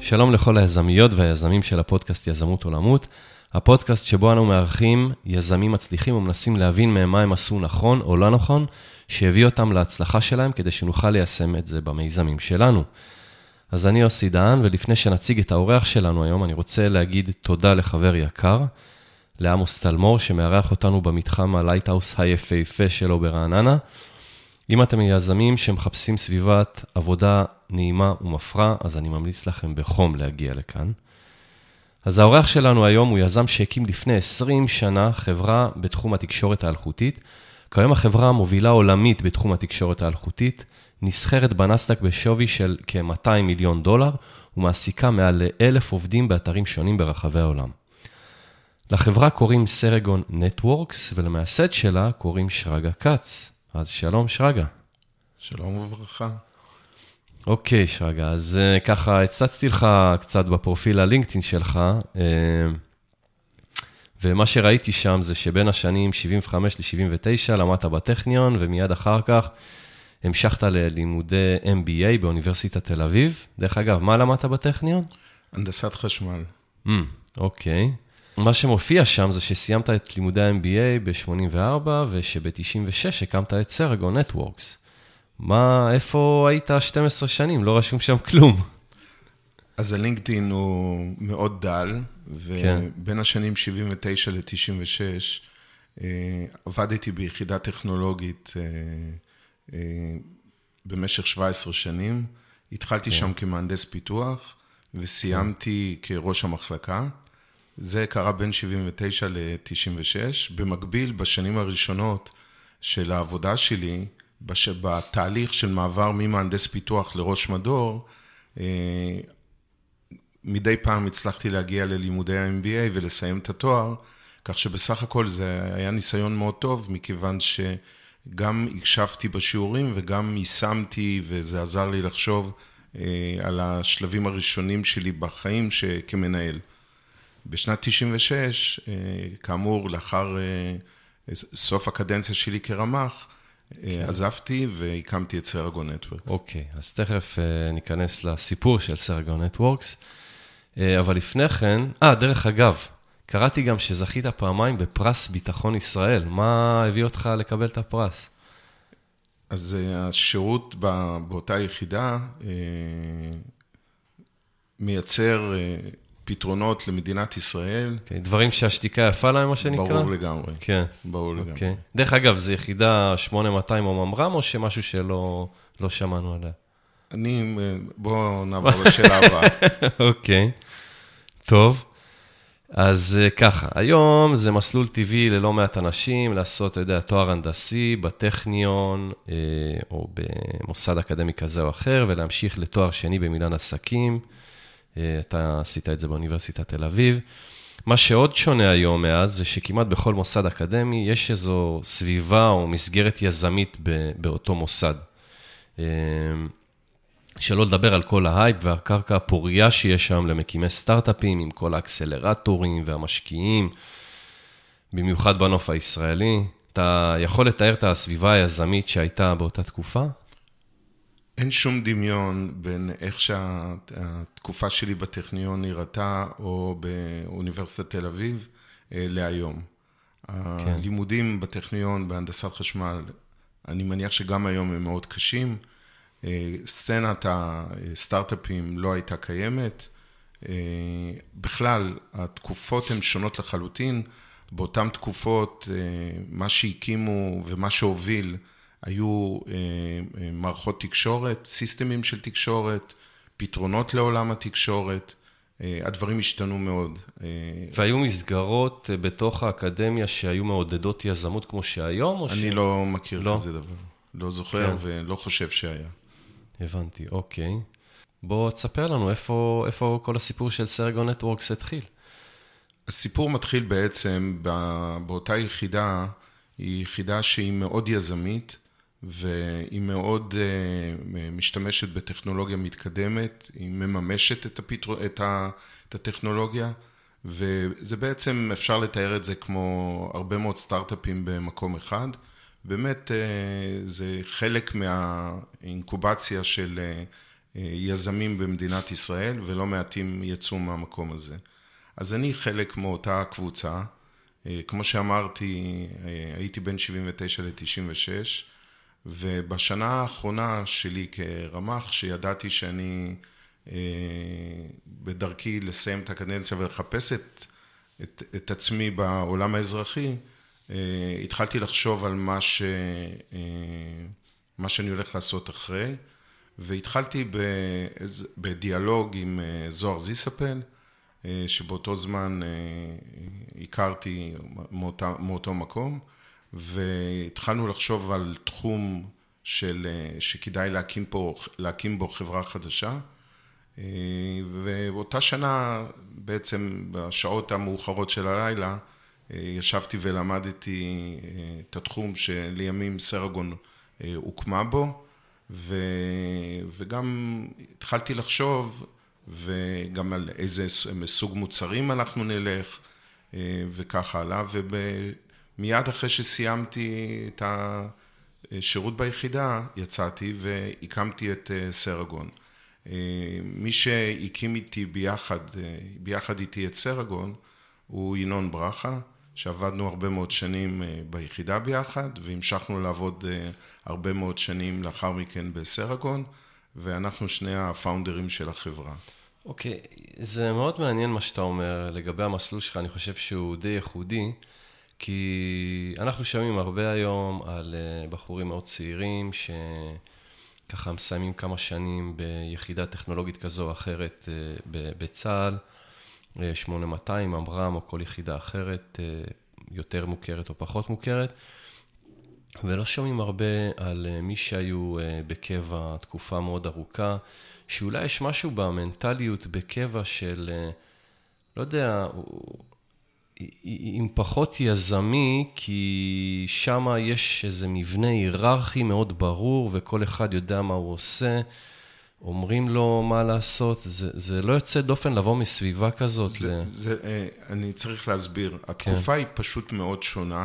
שלום לכל היזמיות והיזמים של הפודקאסט יזמות עולמות, הפודקאסט שבו אנו מארחים יזמים מצליחים ומנסים להבין מהם מה הם עשו נכון או לא נכון, שהביא אותם להצלחה שלהם כדי שנוכל ליישם את זה במיזמים שלנו. אז אני יוסי דהן, ולפני שנציג את האורח שלנו היום, אני רוצה להגיד תודה לחבר יקר, לעמוס תלמור, שמארח אותנו במתחם הלייטהאוס היפהפה שלו ברעננה. אם אתם יזמים שמחפשים סביבת עבודה נעימה ומפרה, אז אני ממליץ לכם בחום להגיע לכאן. אז האורח שלנו היום הוא יזם שהקים לפני 20 שנה חברה בתחום התקשורת האלחוטית. כיום החברה מובילה עולמית בתחום התקשורת האלחוטית, נסחרת בנסדק בשווי של כ-$200 מיליון, ומעסיקה מעל ל1,000 עובדים באתרים שונים ברחבי העולם. לחברה קוראים סרגון נטוורקס, ולמייסד שלה קוראים שרגא כץ. אז שלום שרגא. שלום וברכה. אוקיי שרגא, אז ככה הצצתי לך קצת בפרופיל הלינקדאין שלך, ומה שראיתי שם זה שבין השנים 75 ל-79 למדת בטכניון, ומיד אחר כך המשכת ללימודי MBA באוניברסיטת תל אביב. דרך אגב, מה למדת בטכניון? הנדסת חשמל. אוקיי. מה שמופיע שם זה שסיימת את לימודי ה-MBA ב-84, ושב-96 הקמת את סרגון נטוורקס. איפה היית 12 שנים? לא רשום שם כלום. אז הלינקדאין הוא מאוד דל, ובין השנים 79 ל-96 עבדתי ביחידה טכנולוגית במשך 17 שנים. התחלתי שם כמהנדס פיתוח, וסיימתי כראש המחלקה. זה קרה בין 79 ל-96. במקביל, בשנים הראשונות של העבודה שלי, בתהליך של מעבר ממהנדס פיתוח לראש מדור, מדי פעם הצלחתי להגיע ללימודי ה-MBA ולסיים את התואר, כך שבסך הכל זה היה ניסיון מאוד טוב, מכיוון שגם הקשבתי בשיעורים וגם יישמתי, וזה עזר לי לחשוב על השלבים הראשונים שלי בחיים כמנהל. בשנת 96, כאמור, לאחר סוף הקדנציה שלי כרמ"ח, עזבתי והקמתי את סרגון נטוורקס. אוקיי, אז תכף ניכנס לסיפור של סרגון נטוורקס, אבל לפני כן, דרך אגב, קראתי גם שזכית פעמיים בפרס ביטחון ישראל. מה הביא אותך לקבל את הפרס? אז השירות באותה יחידה מייצר פתרונות למדינת ישראל. דברים שהשתיקה יפה להם, מה שנקרא? ברור לגמרי. כן. ברור לגמרי. דרך אגב, זה יחידה 8200 או ממר"ם, או שמשהו שלא שמענו עליה? בואו נעבור לשאלה הבאה. אוקיי. טוב. אז ככה, היום זה מסלול טבעי ללא מעט אנשים, לעשות, תואר הנדסי בטכניון, או במוסד אקדמי כזה או אחר, ולהמשיך לתואר שני במינהל עסקים. אתה עשית את זה באוניברסיטת תל אביב. מה שעוד שונה היום מאז, זה שכמעט בכל מוסד אקדמי יש איזו סביבה או מסגרת יזמית באותו מוסד. שלא לדבר על כל ההייפ והקרקע הפוריה שיש שם למקימי סטארט-אפים, עם כל האקסלרטורים והמשקיעים, במיוחד בנוף הישראלי. אתה יכול לתאר את הסביבה היזמית שהייתה באותה תקופה? אין שום דמיון בין איך שהתקופה שלי בטכניון נראתה או באוניברסיטת תל אביב להיום. הלימודים בטכניון בהנדסת חשמל, אני מניח שגם היום הם מאוד קשים. סצנת הסטארט-אפים לא הייתה קיימת. בכלל, התקופות הן שונות לחלוטין. באותן תקופות, מה שהקימו ומה שהוביל, היו מערכות תקשורת, סיסטמים של תקשורת, פתרונות לעולם התקשורת, הדברים השתנו מאוד. והיו מסגרות בתוך האקדמיה שהיו מעודדות יזמות כמו שהיום? אני לא מכיר כזה דבר, לא זוכר ולא חושב שהיה. הבנתי, אוקיי. בוא תספר לנו איפה כל הסיפור של סרגון נטוורקס התחיל. הסיפור מתחיל בעצם באותה יחידה, היא יחידה שהיא מאוד יזמית, והיא מאוד משתמשת בטכנולוגיה מתקדמת, היא מממשת את הטכנולוגיה, וזה בעצם אפשר לתאר את זה כמו הרבה מאוד סטארט-אפים במקום אחד. באמת זה חלק מהאינקובציה של יזמים במדינת ישראל, ולא מעטים יצאו מהמקום הזה. אז אני חלק מאותה קבוצה. כמו שאמרתי, הייתי בין 79 ל-96, ובשנה האחרונה שלי כרמ"ח, שידעתי שאני בדרכי לסיים את הקדנציה ולחפש את עצמי בעולם האזרחי, התחלתי לחשוב על מה שאני הולך לעשות אחרי, והתחלתי בדיאלוג עם זוהר זיספל, שבאותו זמן הכרתי מאותו מקום, והתחלנו לחשוב על תחום שכדאי להקים בו חברה חדשה, ובאותה שנה, בעצם בשעות המאוחרות של הלילה, ישבתי ולמדתי את התחום שלימים סרגון הוקמה בו, וגם התחלתי לחשוב, וגם על איזה סוג מוצרים אנחנו נלך, וכך הלאה, ומיד אחרי שסיימתי את השירות ביחידה, יצאתי והקמתי את סרגון. מי שהקים איתי ביחד איתי את סרגון, הוא ינון ברכה, שעבדנו הרבה מאוד שנים ביחידה ביחד, והמשכנו לעבוד הרבה מאוד שנים לאחר מכן בסרגון, ואנחנו שני הפאונדרים של החברה. אוקיי, זה מאוד מעניין מה שאתה אומר לגבי המסלול שלך, אני חושב שהוא די ייחודי, כי אנחנו שומעים הרבה היום על בחורים מאוד צעירים, שככה מסיימים כמה שנים ביחידה טכנולוגית כזו או אחרת בצה"ל, 8200, אמרם או כל יחידה אחרת, יותר מוכרת או פחות מוכרת, ולא שומעים הרבה על מי שהיו בקבע תקופה מאוד ארוכה, שאולי יש משהו במנטליות בקבע של, לא יודע, עם פחות יזמי, כי שם יש איזה מבנה היררכי מאוד ברור, וכל אחד יודע מה הוא עושה, אומרים לו מה לעשות, זה לא יוצא דופן לבוא מסביבה כזאת. אני צריך להסביר, התקופה היא פשוט מאוד שונה.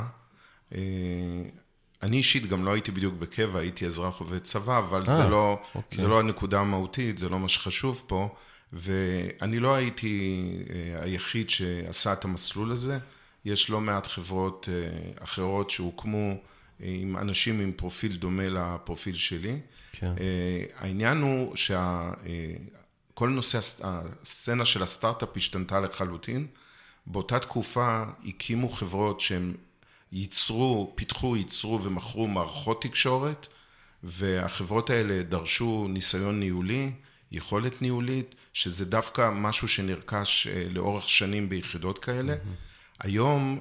אני אישית גם לא הייתי בדיוק בקבע, הייתי אזרח וצבא, אבל זה לא הנקודה המהותית, זה לא מה שחשוב פה, ואני לא הייתי היחיד שעשה את המסלול הזה. יש לא מעט חברות אחרות שהוקמו עם אנשים עם פרופיל דומה לפרופיל שלי. כן. העניין הוא כל נושא הסצנה של הסטארט-אפ השתנתה לחלוטין. באותה תקופה הקימו חברות שהם ייצרו ומכרו מערכות תקשורת, והחברות האלה דרשו ניסיון ניהולי, יכולת ניהולית, שזה דווקא משהו שנרכש לאורך שנים ביחידות כאלה. היום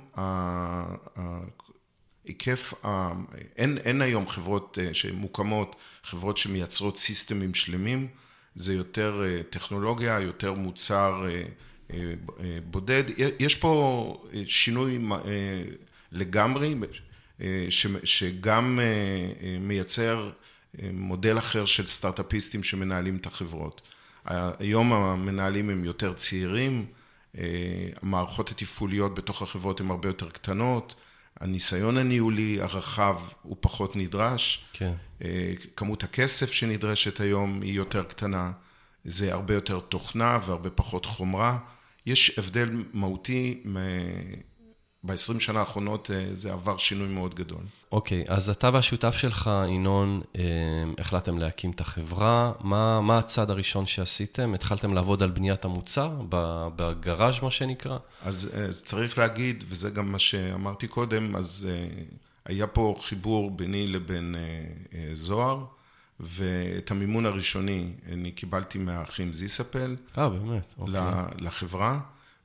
היקף, אין היום חברות שמוקמות, חברות שמייצרות סיסטמים שלמים, זה יותר טכנולוגיה, יותר מוצר בודד. יש פה שינוי לגמרי, שגם מייצר מודל אחר של סטארט-אפיסטים שמנהלים את החברות. היום המנהלים הם יותר צעירים, המערכות התפעוליות בתוך החברות הן הרבה יותר קטנות, הניסיון הניהולי הרחב הוא פחות נדרש, כן. כמות הכסף שנדרשת היום היא יותר קטנה, זה הרבה יותר תוכנה והרבה פחות חומרה. יש הבדל מהותי, ב-20 שנה האחרונות זה עבר שינוי מאוד גדול. אוקיי, אז אתה והשותף שלך, ינון, החלטתם להקים את החברה. מה הצעד הראשון שעשיתם? התחלתם לעבוד על בניית המוצר, בגראז' מה שנקרא? אז צריך להגיד, וזה גם מה שאמרתי קודם, אז היה פה חיבור ביני לבין זוהר, ואת המימון הראשוני אני קיבלתי מהאחים זיספל. באמת? אוקיי. לחברה,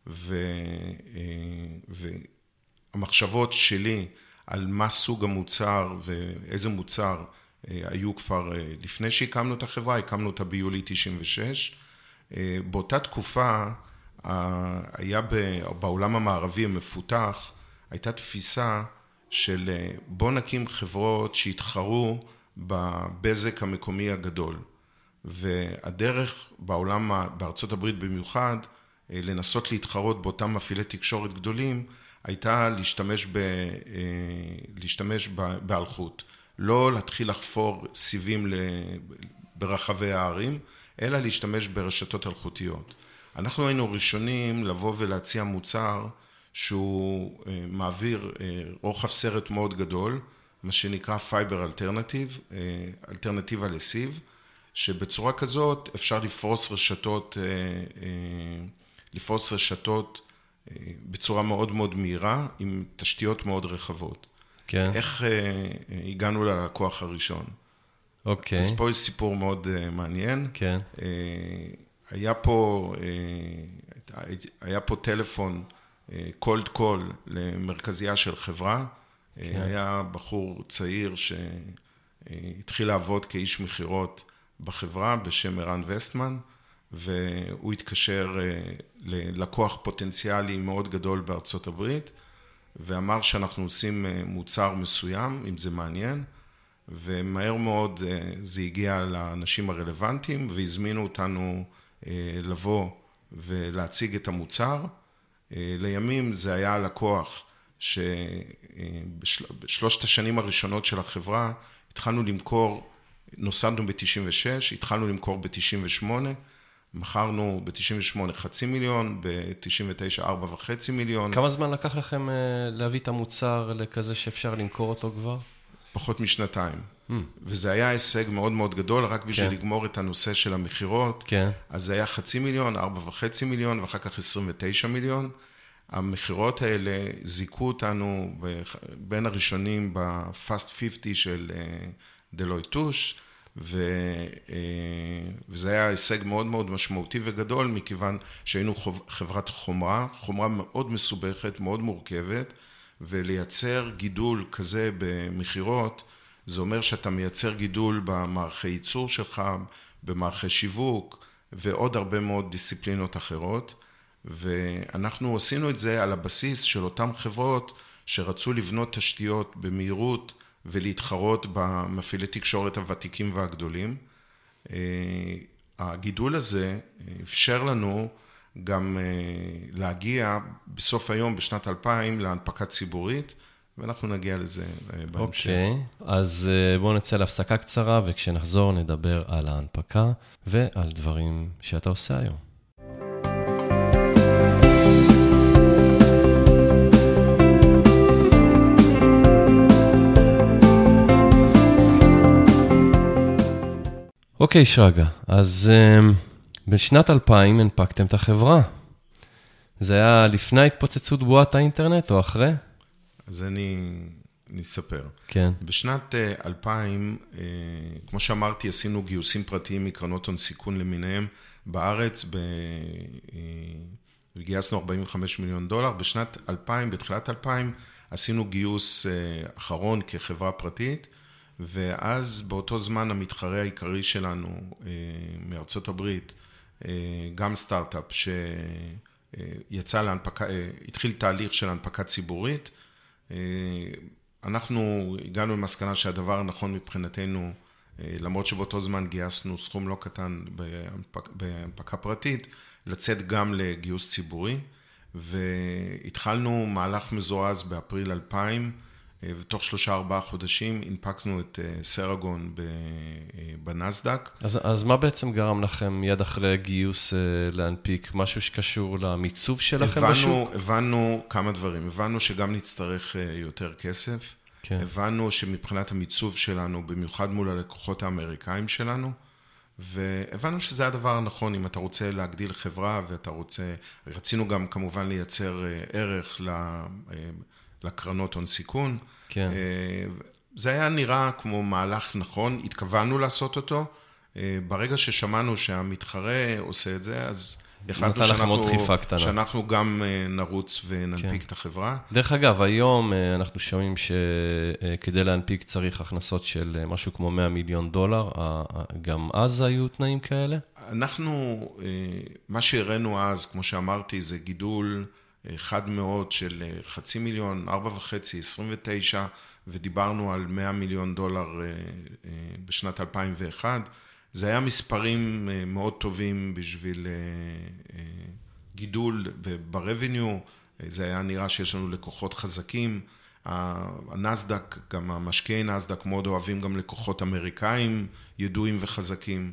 המחשבות שלי על מה סוג המוצר ואיזה מוצר היו כבר לפני שהקמנו את החברה, הקמנו אותה ביולי 96. באותה תקופה היה בעולם המערבי המפותח, הייתה תפיסה של בוא נקים חברות שהתחרו בבזק המקומי הגדול. והדרך בעולם, בארצות הברית במיוחד, לנסות להתחרות באותם מפעילי תקשורת גדולים, הייתה להשתמש בהלכות. לא להתחיל לחפור סיבים ברחבי הערים, אלא להשתמש ברשתות אלחוטיות. אנחנו היינו ראשונים לבוא ולהציע מוצר שהוא מעביר רוחב סרט מאוד גדול, מה שנקרא Fiber Alternative, אלטרנטיבה לסיב, שבצורה כזאת אפשר לפרוס רשתות בצורה מאוד מאוד מהירה, עם תשתיות מאוד רחבות. כן. איך הגענו ללקוח הראשון? אוקיי. אז פה יש סיפור מאוד מעניין. כן. היה פה טלפון cold call למרכזייה של חברה. היה בחור צעיר שהתחיל לעבוד כאיש מחירות בחברה בשם ערן וסטמן, והוא התקשר ללקוח פוטנציאלי מאוד גדול בארצות הברית, ואמר שאנחנו עושים מוצר מסוים, אם זה מעניין, ומהר מאוד זה הגיע לאנשים הרלוונטיים, והזמינו אותנו לבוא ולהציג את המוצר. לימים זה היה לקוח שבשלושת השנים הראשונות של החברה התחלנו למכור, נוסדנו ב-96, התחלנו למכור ב-98, מכרנו ב-98 $500,000, ב-99 $4.5 מיליון. כמה זמן לקח לכם להביא את המוצר לכזה שאפשר למכור אותו כבר? פחות משנתיים. וזה היה הישג מאוד מאוד גדול, רק בשביל לגמור את הנושא של המחירות. כן. אז זה היה $500,000, $4.5 מיליון, ואחר כך 29 מיליון. המחירות האלה זיקו אותנו בין הראשונים ב-Fast 50 של דלויט טוש, וזה היה הישג מאוד מאוד משמעותי וגדול, מכיוון שהיינו חברת חומרה מאוד מסובכת, מאוד מורכבת, ולייצר גידול כזה במחירות, זה אומר שאתה מייצר גידול במערכי ייצור שלך, במערכי שיווק, ועוד הרבה מאוד דיסציפלינות אחרות, ואנחנו עשינו את זה על הבסיס של אותם חברות שרצו לבנות תשתיות במהירות ולהתחרות במפעילי תקשורת הוותיקים והגדולים. הגידול הזה אפשר לנו גם להגיע בסוף היום, בשנת 2000, להנפקה ציבורית, ואנחנו נגיע לזה בהמשך. אוקיי, אז בואו נצא להפסקה קצרה, וכשנחזור נדבר על ההנפקה ועל דברים שאתה עושה היום. אוקיי, שרגא, אז בשנת 2000 הנפקתם את החברה. זה היה לפני התפוצצות בועת האינטרנט או אחרי? אז אני אספר. כן. בשנת 2000, כמו שאמרתי, עשינו גיוסים פרטיים מקרנות הון סיכון למיניהם בארץ, וגייסנו $45 מיליון. בשנת 2000, בתחילת 2000, עשינו גיוס אחרון כחברה פרטית, ואז באותו זמן המתחרה העיקרי שלנו מארצות הברית, גם סטארט-אפ שיצא להנפקה, התחיל תהליך של הנפקה ציבורית. אנחנו הגענו למסקנה שהדבר הנכון מבחינתנו, למרות שבאותו זמן גייסנו סכום לא קטן בהנפקה פרטית, לצאת גם לגיוס ציבורי, והתחלנו מהלך מזורז באפריל 2000, ותוך 3-4 חודשים הנפקנו את סרגון בנסדק. אז מה בעצם גרם לכם יד אחרי גיוס להנפיק? משהו שקשור למיצוב שלכם בשוק? הבנו כמה דברים. הבנו שגם נצטרך יותר כסף. כן. הבנו שמבחינת המיצוב שלנו, במיוחד מול הלקוחות האמריקאים שלנו, והבנו שזה הדבר הנכון, אם אתה רוצה להגדיל חברה ואתה רוצה, רצינו גם כמובן לייצר ערך לקרנות הון סיכון. כן. זה היה נראה כמו מהלך נכון, התכוונו לעשות אותו. ברגע ששמענו שהמתחרה עושה את זה, אז החלטנו שאנחנו גם נרוץ וננפיק את החברה. דרך אגב, היום אנחנו שומעים שכדי להנפיק צריך הכנסות של משהו כמו $100 מיליון. גם אז היו תנאים כאלה? אנחנו, מה שהראינו אז, כמו שאמרתי, זה גידול חד מאוד של $500,000, 4.5, 29, ודיברנו על $100 מיליון בשנת 2001. זה היה מספרים מאוד טובים בשביל גידול ברבניו, זה היה נראה שיש לנו לקוחות חזקים, הנסדק, גם המשקיעי נסדק מאוד אוהבים גם לקוחות אמריקאים, ידועים וחזקים.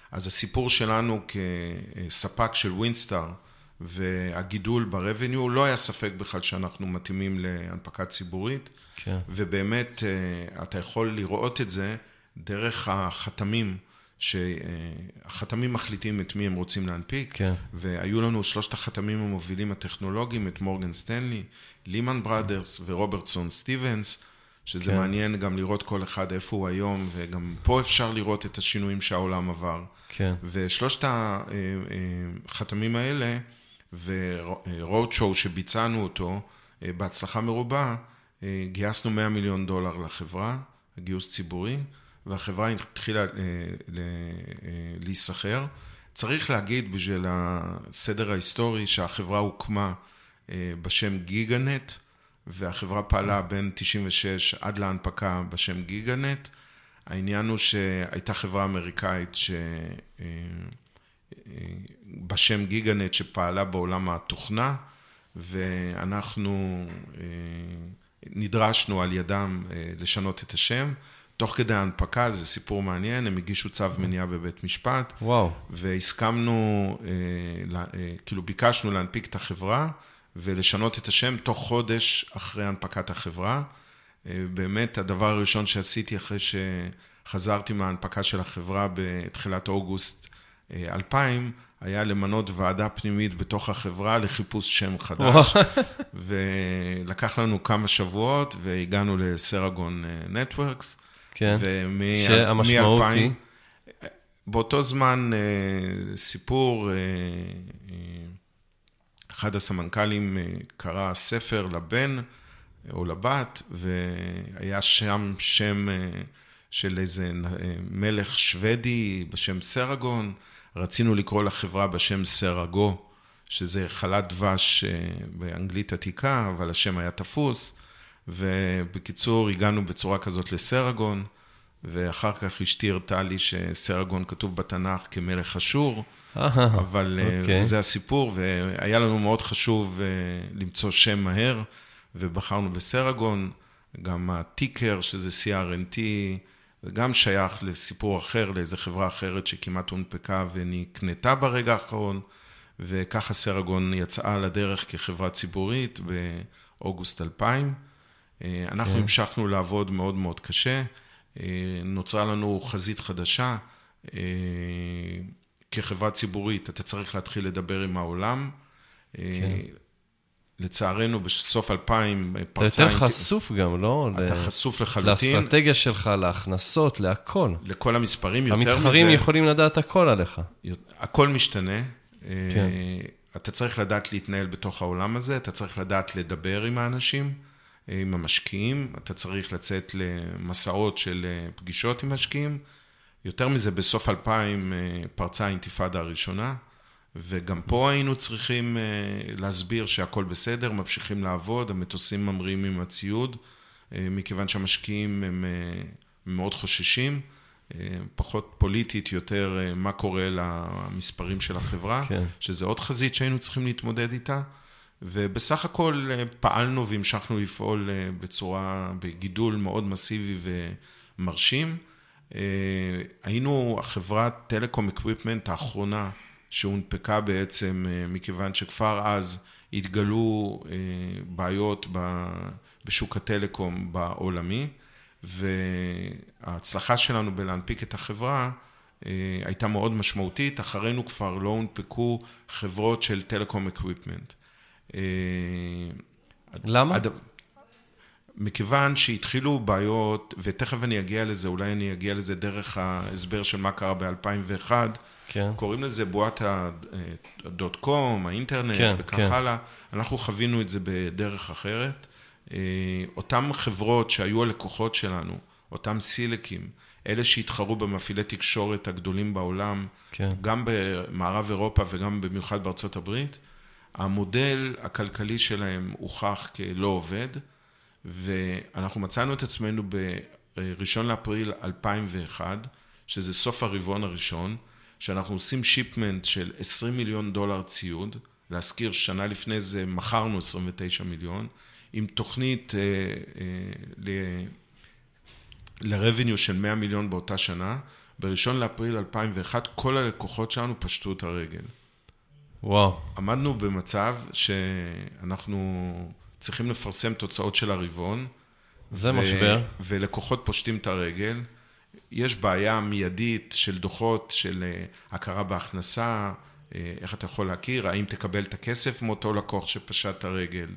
אז הסיפור שלנו כספק של ווינסטאר, והגידול ברבניו, לא היה ספק בכלל שאנחנו מתאימים להנפקה ציבורית, כן. ובאמת אתה יכול לראות את זה דרך החתמים, שהחתמים מחליטים את מי הם רוצים להנפיק, כן. והיו לנו 3 החתמים המובילים הטכנולוגיים, את מורגן סטנלי, לימן בראדרס ורוברטסון סטיבנס, שזה כן. מעניין גם לראות כל אחד איפה הוא היום, וגם פה אפשר לראות את השינויים שהעולם עבר. כן. ושלושת החתמים האלה, ורוד שואו שביצענו אותו, בהצלחה מרובה, גייסנו $100 מיליון לחברה, גיוס ציבורי, והחברה התחילה להיסחר. צריך להגיד בשביל הסדר ההיסטורי שהחברה הוקמה בשם גיגנט, והחברה פעלה בין 96 עד להנפקה בשם גיגנט. העניין הוא שהייתה חברה אמריקאית בשם גיגנט שפעלה בעולם התוכנה, ואנחנו נדרשנו על ידם לשנות את השם. תוך כדי ההנפקה, זה סיפור מעניין, הם הגישו צו מניעה בבית משפט. וואו. והסכמנו, כאילו ביקשנו להנפיק את החברה, ולשנות את השם תוך חודש אחרי הנפקת החברה. באמת, הדבר הראשון שעשיתי אחרי שחזרתי מההנפקה של החברה בתחילת אוגוסט 2000, היה למנות ועדה פנימית בתוך החברה לחיפוש שם חדש. ולקח לנו כמה שבועות, והגענו לסרגון נטוורקס. כן, שהמשמעות היא? באותו זמן סיפור, אחד הסמנכ"לים קרא ספר לבן או לבת, והיה שם שם של איזה מלך שוודי בשם סרגון, רצינו לקרוא לחברה בשם סרגו, שזה חלת דבש באנגלית עתיקה, אבל השם היה תפוס, ובקיצור הגענו בצורה כזאת לסרגון, ואחר כך אשתי הרתה לי שסרגון כתוב בתנ"ך כמלך אשור, אבל זה הסיפור, והיה לנו מאוד חשוב למצוא שם מהר, ובחרנו בסרגון, גם הטיקר שזה CRNT, זה גם שייך לסיפור אחר, לאיזו חברה אחרת שכמעט הונפקה ונקנתה ברגע האחרון, וככה סרגון יצאה לדרך כחברה ציבורית באוגוסט 2000. אנחנו המשכנו לעבוד מאוד מאוד קשה, נוצרה לנו חזית חדשה, כחברה ציבורית אתה צריך להתחיל לדבר עם העולם, לצערנו בסוף 2000 פרצה... אתה יותר חשוף גם, לא? אתה חשוף לחלוטין. לאסטרטגיה שלך, להכנסות, להכל. לכל המספרים, יותר מזה. המתחרים יכולים לדעת הכל עליך. הכל משתנה. כן. אתה צריך לדעת להתנהל בתוך העולם הזה, אתה צריך לדעת לדבר עם האנשים, עם המשקיעים, אתה צריך לצאת למסעות של פגישות עם משקיעים. יותר מזה, בסוף 2000 פרצה האינתיפאדה הראשונה, וגם פה היינו צריכים להסביר שהכל בסדר, ממשיכים לעבוד, המטוסים ממריאים עם הציוד, מכיוון שהמשקיעים הם מאוד חוששים, פחות פוליטית, יותר מה קורה למספרים של החברה, כן. שזה עוד חזית שהיינו צריכים להתמודד איתה, ובסך הכל פעלנו והמשכנו לפעול בגידול מאוד מסיבי ומרשים. היינו החברת טלקום אקוויפמנט האחרונה, שהונפקה בעצם מכיוון שכבר אז התגלו בעיות בשוק הטלקום בעולמי, וההצלחה שלנו בלהנפיק את החברה הייתה מאוד משמעותית, אחרינו כבר לא הונפקו חברות של טלקום אקוויפמנט. למה? מכיוון שהתחילו בעיות, ותכף אני אגיע לזה, אולי אני אגיע לזה דרך ההסבר של מה קרה ב-2001, כן. קוראים לזה בועת ה.com, האינטרנט כן, וכך כן. הלאה. אנחנו חווינו את זה בדרך אחרת. אותם חברות שהיו הלקוחות שלנו, אותם סילקים, אלה שהתחרו במפעילי תקשורת הגדולים בעולם, כן. גם במערב אירופה וגם במיוחד בארצות הברית, המודל הכלכלי שלהם הוכח כלא עובד, ואנחנו מצאנו את עצמנו ב1 לאפריל 2001, שזה סוף הרבעון הראשון, שאנחנו עושים שיפמנט של $20 מיליון ציוד, להזכיר שנה לפני זה מכרנו 29 מיליון, עם תוכנית לרוויניו של 100 מיליון באותה שנה, בראשון לאפריל 2001, כל הלקוחות שלנו פשטו את הרגל. וואו. עמדנו במצב שאנחנו צריכים לפרסם תוצאות של הרבעון. זה משבר. ולקוחות פושטים את הרגל. יש בעיה מיידית של דוחות, של הכרה בהכנסה, איך אתה יכול להכיר, האם תקבל את הכסף מאותו לקוח שפשט את הרגל,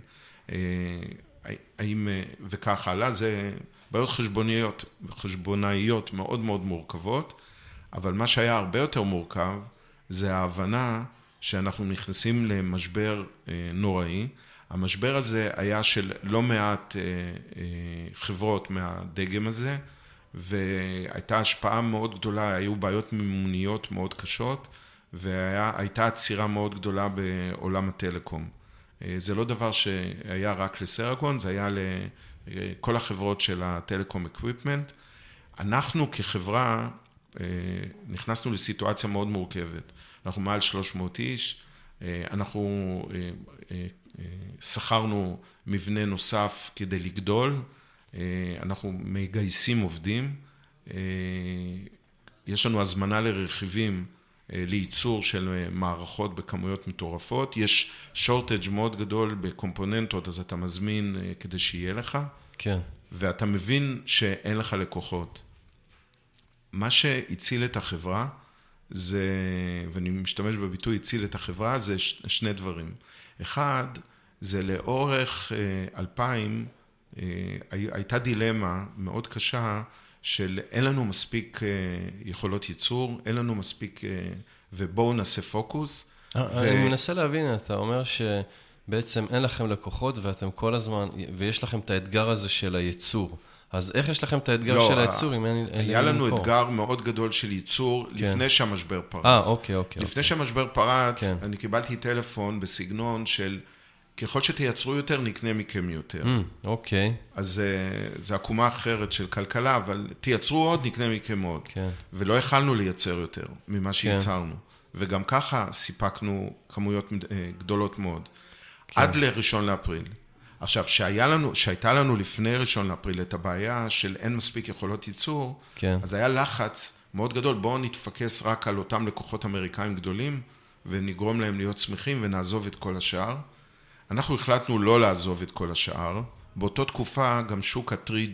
האם, וכך הלאה. זה בעיות חשבונאיות מאוד מאוד מורכבות, אבל מה שהיה הרבה יותר מורכב, זה ההבנה שאנחנו נכנסים למשבר נוראי. המשבר הזה היה של לא מעט חברות מהדגם הזה, והייתה השפעה מאוד גדולה, היו בעיות מימוניות מאוד קשות, והייתה עצירה מאוד גדולה בעולם הטלקום. זה לא דבר שהיה רק לסרגון, זה היה לכל החברות של הטלקום אקוויפמנט. אנחנו כחברה נכנסנו לסיטואציה מאוד מורכבת. אנחנו מעל 300 איש, אנחנו שכרנו מבנה נוסף כדי לגדול, אנחנו מגייסים עובדים, יש לנו הזמנה לרכיבים לייצור של מערכות בכמויות מטורפות, יש שורטג' מאוד גדול בקומפוננטות, אז אתה מזמין כדי שיהיה לך, כן. ואתה מבין שאין לך לקוחות. מה שהציל את החברה, זה, ואני משתמש בביטוי הציל את החברה, זה שני דברים. אחד, זה לאורך 2000, הייתה דילמה מאוד קשה של אין לנו מספיק יכולות ייצור, אין לנו מספיק, ובואו נעשה פוקוס. אני מנסה להבין, אתה אומר שבעצם אין לכם לקוחות ואתם כל הזמן, ויש לכם את האתגר הזה של הייצור. אז איך יש לכם את האתגר של הייצור אם אין היה לנו אתגר מאוד גדול של ייצור לפני שהמשבר פרץ. אוקיי. לפני שהמשבר פרץ, אני קיבלתי טלפון בסגנון של ככל שתייצרו יותר, נקנה מכם יותר. אוקיי. אז זה עקומה אחרת של כלכלה, אבל תייצרו עוד, נקנה מכם עוד. כן. ולא יכלנו לייצר יותר ממה שייצרנו. וגם ככה סיפקנו כמויות גדולות מאוד. עד לראשון לאפריל. עכשיו, שהייתה לנו לפני ראשון לאפריל את הבעיה של אין מספיק יכולות ייצור, אז היה לחץ מאוד גדול, בואו נתפקס רק על אותם לקוחות אמריקאים גדולים, ונגרום להם להיות שמחים ונעזוב את כל השאר. אנחנו החלטנו לא לעזוב את כל השאר. באותו תקופה גם שוק ה-3G,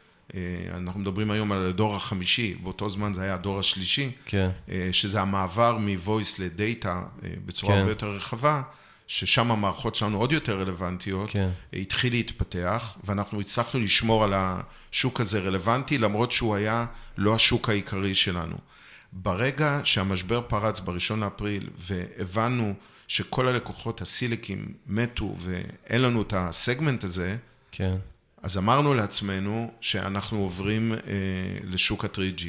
אנחנו מדברים היום על הדור החמישי, באותו זמן זה היה הדור השלישי, שזה המעבר מ-voice לדאטה בצורה הרבה יותר רחבה, ששם המערכות שלנו עוד יותר רלוונטיות, התחיל להתפתח, ואנחנו הצלחנו לשמור על השוק הזה רלוונטי, למרות שהוא היה לא השוק העיקרי שלנו. ברגע שהמשבר פרץ בראשון לאפריל, והבנו שכל הלקוחות הסיליקים מתו, ואין לנו את הסגמנט הזה, אז אמרנו לעצמנו שאנחנו עוברים לשוק ה-3G.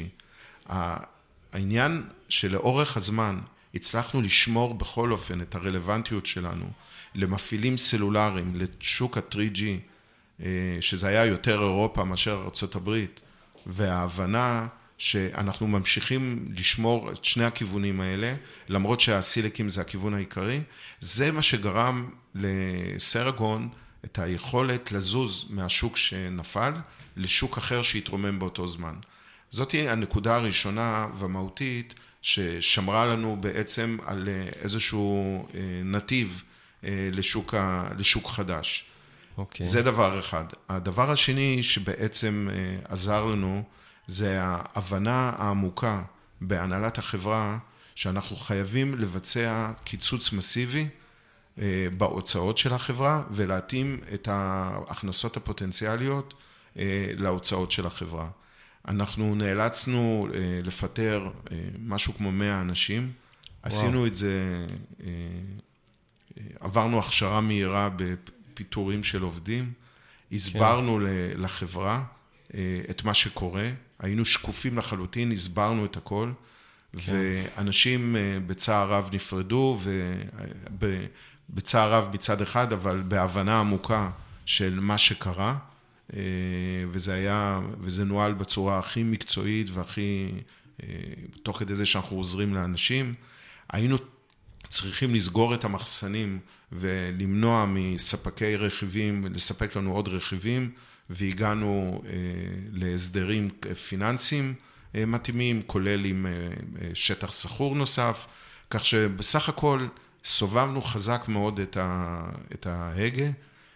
העניין שלאורך הזמן הצלחנו לשמור בכל אופן את הרלוונטיות שלנו למפעילים סלולריים, לשוק ה-3G, שזה היה יותר אירופה מאשר ארצות הברית, וההבנה שאנחנו ממשיכים לשמור את שני הכיוונים האלה, למרות שהסיליקים זה הכיוון העיקרי, זה מה שגרם לסרגון את היכולת לזוז מהשוק שנפל לשוק אחר שהתרומם באותו זמן. זאת היא הנקודה הראשונה והמהותית ששמרה לנו בעצם על איזשהו נתיב לשוק חדש. זה דבר אחד. הדבר השני שבעצם עזר לנו, זה ההבנה העמוקה בהנהלת החברה, שאנחנו חייבים לבצע קיצוץ מסיבי בהוצאות של החברה, ולהתאים את ההכנסות הפוטנציאליות להוצאות של החברה. אנחנו נאלצנו לפטר משהו כמו 100 אנשים, עשינו את זה, עברנו הכשרה מהירה בפיטורים של עובדים, הסברנו לחברה את מה שקורה, היינו שקופים לחלוטין, הסברנו את הכל, ואנשים בצער רב נפרדו, ובצער רב מצד אחד, אבל בהבנה עמוקה של מה שקרה, וזה נועל בצורה הכי מקצועית והכי, תוך כדי זה שאנחנו עוזרים לאנשים, היינו צריכים לסגור את המחסנים ולמנוע מספקי רכיבים, לספק לנו עוד רכיבים, והגענו להסדרים פיננסיים, מתאימים, כולל עם שטח סחור נוסף, כך שבסך הכל סובבנו חזק מאוד את ההגה,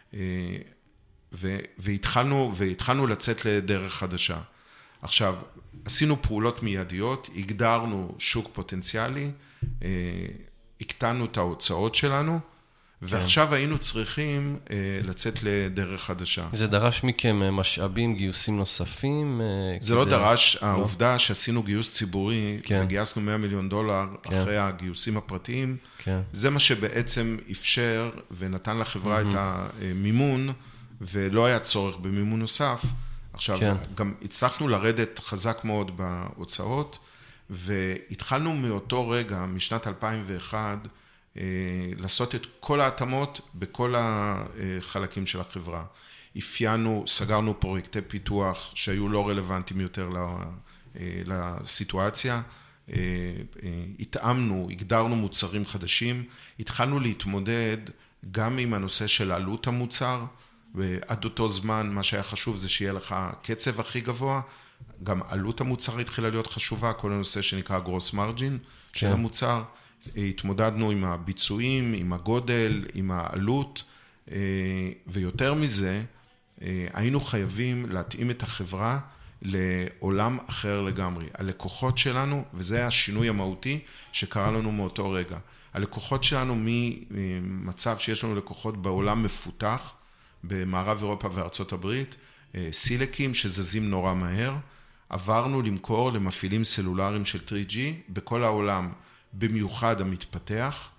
והתחלנו לצאת לדרך חדשה. עכשיו, עשינו פעולות מיידיות, הגדרנו שוק פוטנציאלי, הקטנו את ההוצאות שלנו, ועכשיו היינו צריכים לצאת לדרך חדשה. זה דרש מכם משאבים, גיוסים נוספים? זה לא דרש, העובדה שעשינו גיוס ציבורי, וגייסנו $100 מיליון אחרי הגיוסים הפרטיים, זה מה שבעצם אפשר ונתן לחברה את המימון, ולא היה צורך במימון נוסף. עכשיו, גם הצלחנו לרדת חזק מאוד בהוצאות, והתחלנו מאותו רגע, משנת 2001, לעשות את כל ההתאמות בכל החלקים של החברה. אפיינו, סגרנו פרויקטי פיתוח שהיו לא רלוונטיים יותר לסיטואציה, התאמנו, הגדרנו מוצרים חדשים, התחלנו להתמודד גם עם הנושא של עלות המוצר, ועד אותו זמן מה שהיה חשוב זה שיהיה לך קצב הכי גבוה, גם עלות המוצר התחילה להיות חשובה, כל הנושא שנקרא גרוס מרג'ין של המוצר, התמודדנו עם הביצועים, עם הגודל, עם העלות, ויותר מזה, היינו חייבים להתאים את החברה לעולם אחר לגמרי. הלקוחות שלנו, וזה השינוי המהותי שקרה לנו מאותו רגע, הלקוחות שלנו ממצב שיש לנו לקוחות בעולם מפותח, במערב אירופה וארצות הברית, סילקים שזזים נורא מהר, עברנו למכור למפעילים סלולריים של 3G בכל העולם, במיוחד המתפתח,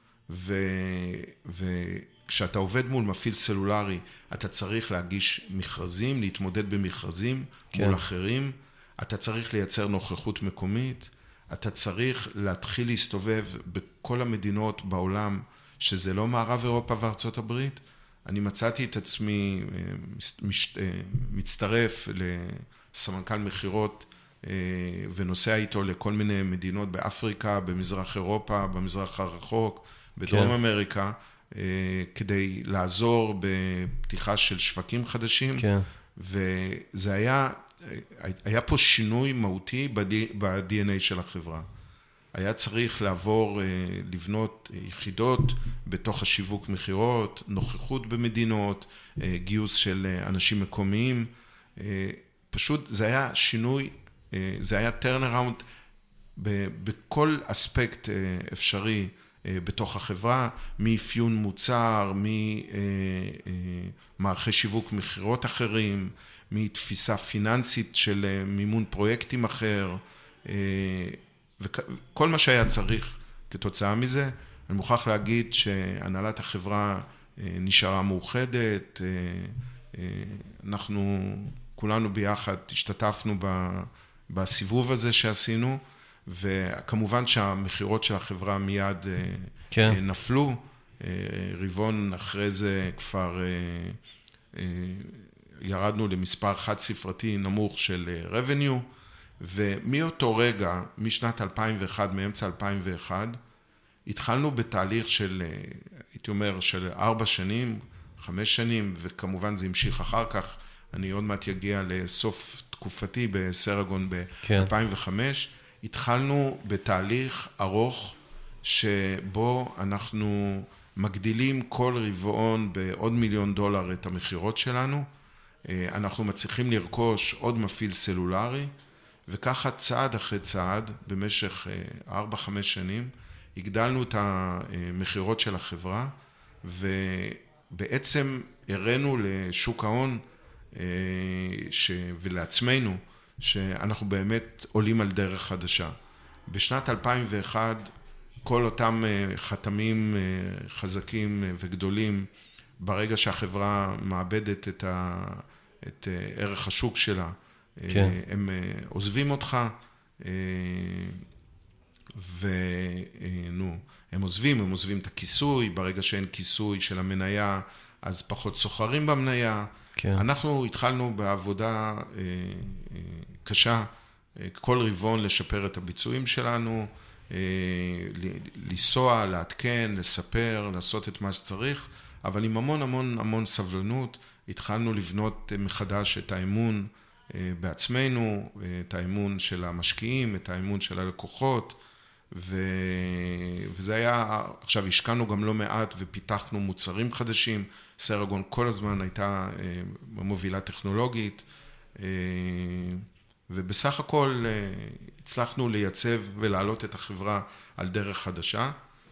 וכשאתה עובד מול מפעיל סלולרי, אתה צריך להגיש מכרזים, להתמודד במכרזים מול אחרים, אתה צריך לייצר נוכחות מקומית, אתה צריך להתחיל להסתובב בכל המדינות בעולם, שזה לא מערב אירופה וארצות הברית. אני מצאתי את עצמי מצטרף לסמנכ"ל מחירות, ונוסע איתו לכל מיני מדינות באפריקה, במזרח אירופה, במזרח הרחוק, בדרום אמריקה, כדי לעזור בפתיחה של שווקים חדשים, וזה היה פה שינוי מהותי ב-DNA של החברה. היה צריך לעבור, לבנות יחידות בתוך השיווק מחירות, נוכחות במדינות, גיוס של אנשים מקומיים, פשוט זה היה שינוי, זה היה turnaround בכל אספקט אפשרי בתוך החברה, מאפיון מוצר, ממערכי שיווק מחירות אחרים, מתפיסה פיננסית של מימון פרויקטים אחר, וכל מה שהיה צריך כתוצאה מזה. אני מוכרח להגיד שהנהלת החברה נשארה מאוחדת, אנחנו כולנו ביחד השתתפנו בסיבוב הזה שעשינו, וכמובן שהמחירות של החברה מיד נפלו, רבעון אחרי זה כבר ירדנו למספר חד ספרתי נמוך של revenue, ומאותו רגע, משנת 2001, מאמצע 2001, התחלנו בתהליך של, הייתי אומר, של 4 שנים, 5 שנים, וכמובן זה המשיך אחר כך, אני עוד מעט יגיע לסוף תקופתי בסרגון ב-2005, התחלנו בתהליך ארוך, שבו אנחנו מגדילים כל רבעון בעוד $1 מיליון את המחירות שלנו, אנחנו מצליחים לרכוש עוד מפעיל סלולרי, וככה צעד אחרי צעד, במשך 4-5 שנים, הגדלנו את המחירות של החברה, ובעצם הראינו לשוק ההון ולעצמנו, שאנחנו באמת עולים על דרך חדשה. בשנת 2001, כל אותם חתמים חזקים וגדולים, ברגע שהחברה מאבדת את ערך השוק שלה, הם עוזבים אותך, הם עוזבים את הכיסוי, ברגע שאין כיסוי של המניה, אז פחות סוחרים במניה. אנחנו התחלנו בעבודה קשה, כל רבעון לשפר את הביצועים שלנו, לנסוע, לעדכן, לספר, לעשות את מה שצריך, אבל עם המון סבלנות, התחלנו לבנות מחדש את האמון בעצמנו, את האמון של המשקיעים, את האמון של הלקוחות, וזה היה, עכשיו השקענו גם לא מעט ופיתחנו מוצרים חדשים, סרגון כל הזמן הייתה מובילה טכנולוגית, ובסך הכל הצלחנו לייצב ולהעלות את החברה על דרך חדשה.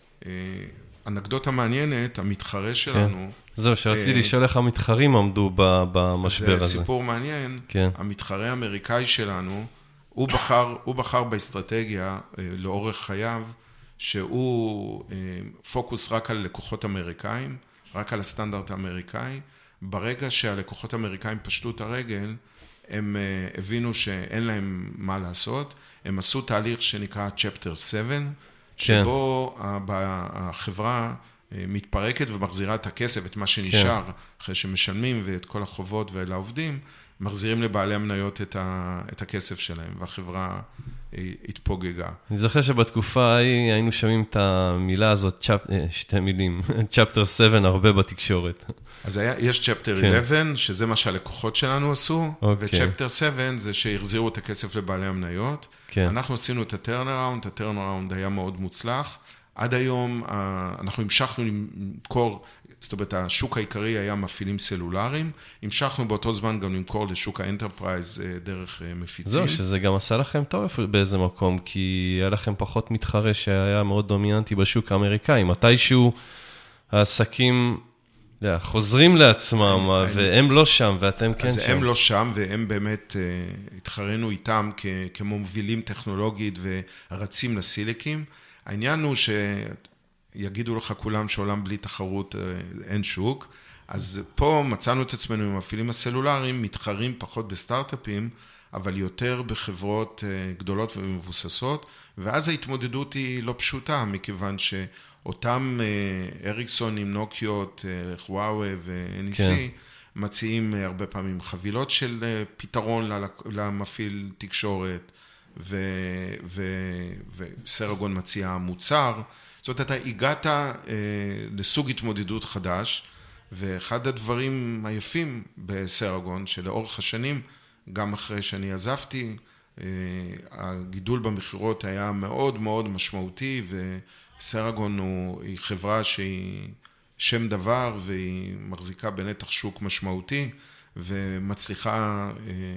אנקדוטה מעניינת, המתחרה שלנו... זהו, שרציתי לשאול איך המתחרים עמדו במשבר הזה. זה סיפור מעניין. המתחרה האמריקאי שלנו, הוא בחר באסטרטגיה לאורך חייו, שהוא פוקוס רק על לקוחות אמריקאים, רק על הסטנדרט האמריקאי. ברגע שהלקוחות האמריקאים פשטו את הרגל, הם הבינו שאין להם מה לעשות, הם עשו תהליך שנקרא Chapter 7, שבו החברה מתפרקת ומחזירה את הכסף, את מה שנשאר, אחרי שמשלמים ואת כל החובות ולעובדים, מחזירים לבעלי המניות את הכסף שלהם, והחברה התפוגגה. אני זוכר שבתקופה ההיא היינו שומעים את המילה הזאת, שתי מילים, Chapter 7 הרבה בתקשורת. אז יש Chapter 11, שזה מה שהלקוחות שלנו עשו, ו-Chapter 7 זה שהחזירו את הכסף לבעלי המניות. אנחנו עשינו את הטרנראונד, הטרנראונד היה מאוד מוצלח. עד היום אנחנו המשכנו למכור, זאת אומרת, השוק העיקרי היה מפעילים סלולריים, המשכנו באותו זמן גם למכור לשוק האנטרפרייז דרך מפיצים. זהו, שזה גם עשה לכם טוב באיזה מקום, כי היה לכם פחות מתחרה שהיה מאוד דומיננטי בשוק האמריקאי. מתישהו העסקים חוזרים לעצמם, והם לא שם, ואתם כן שם. אז הם לא שם, והם באמת התחרנו איתם כמובילים טכנולוגית ורצים לסיליקים. העניין הוא שיגידו לך כולם שעולם בלי תחרות אין שוק, אז פה מצאנו את עצמנו עם המפעילים הסלולריים, מתחרים פחות בסטארט-אפים, אבל יותר בחברות גדולות ומבוססות, ואז ההתמודדות היא לא פשוטה, מכיוון שאותם אריקסונים, נוקיות, חוואוי ו-NEC, מציעים הרבה פעמים חבילות של פתרון למפעיל תקשורת, וסרגון מציע מוצר. זאת אומרת, אתה הגעת לסוג התמודדות חדש, ואחד הדברים היפים בסרגון, שלאורך השנים, גם אחרי שאני עזבתי, הגידול במחירות היה מאוד מאוד משמעותי, וסרגון היא חברה שהיא שם דבר, והיא מחזיקה בנתח שוק משמעותי, ומצליחה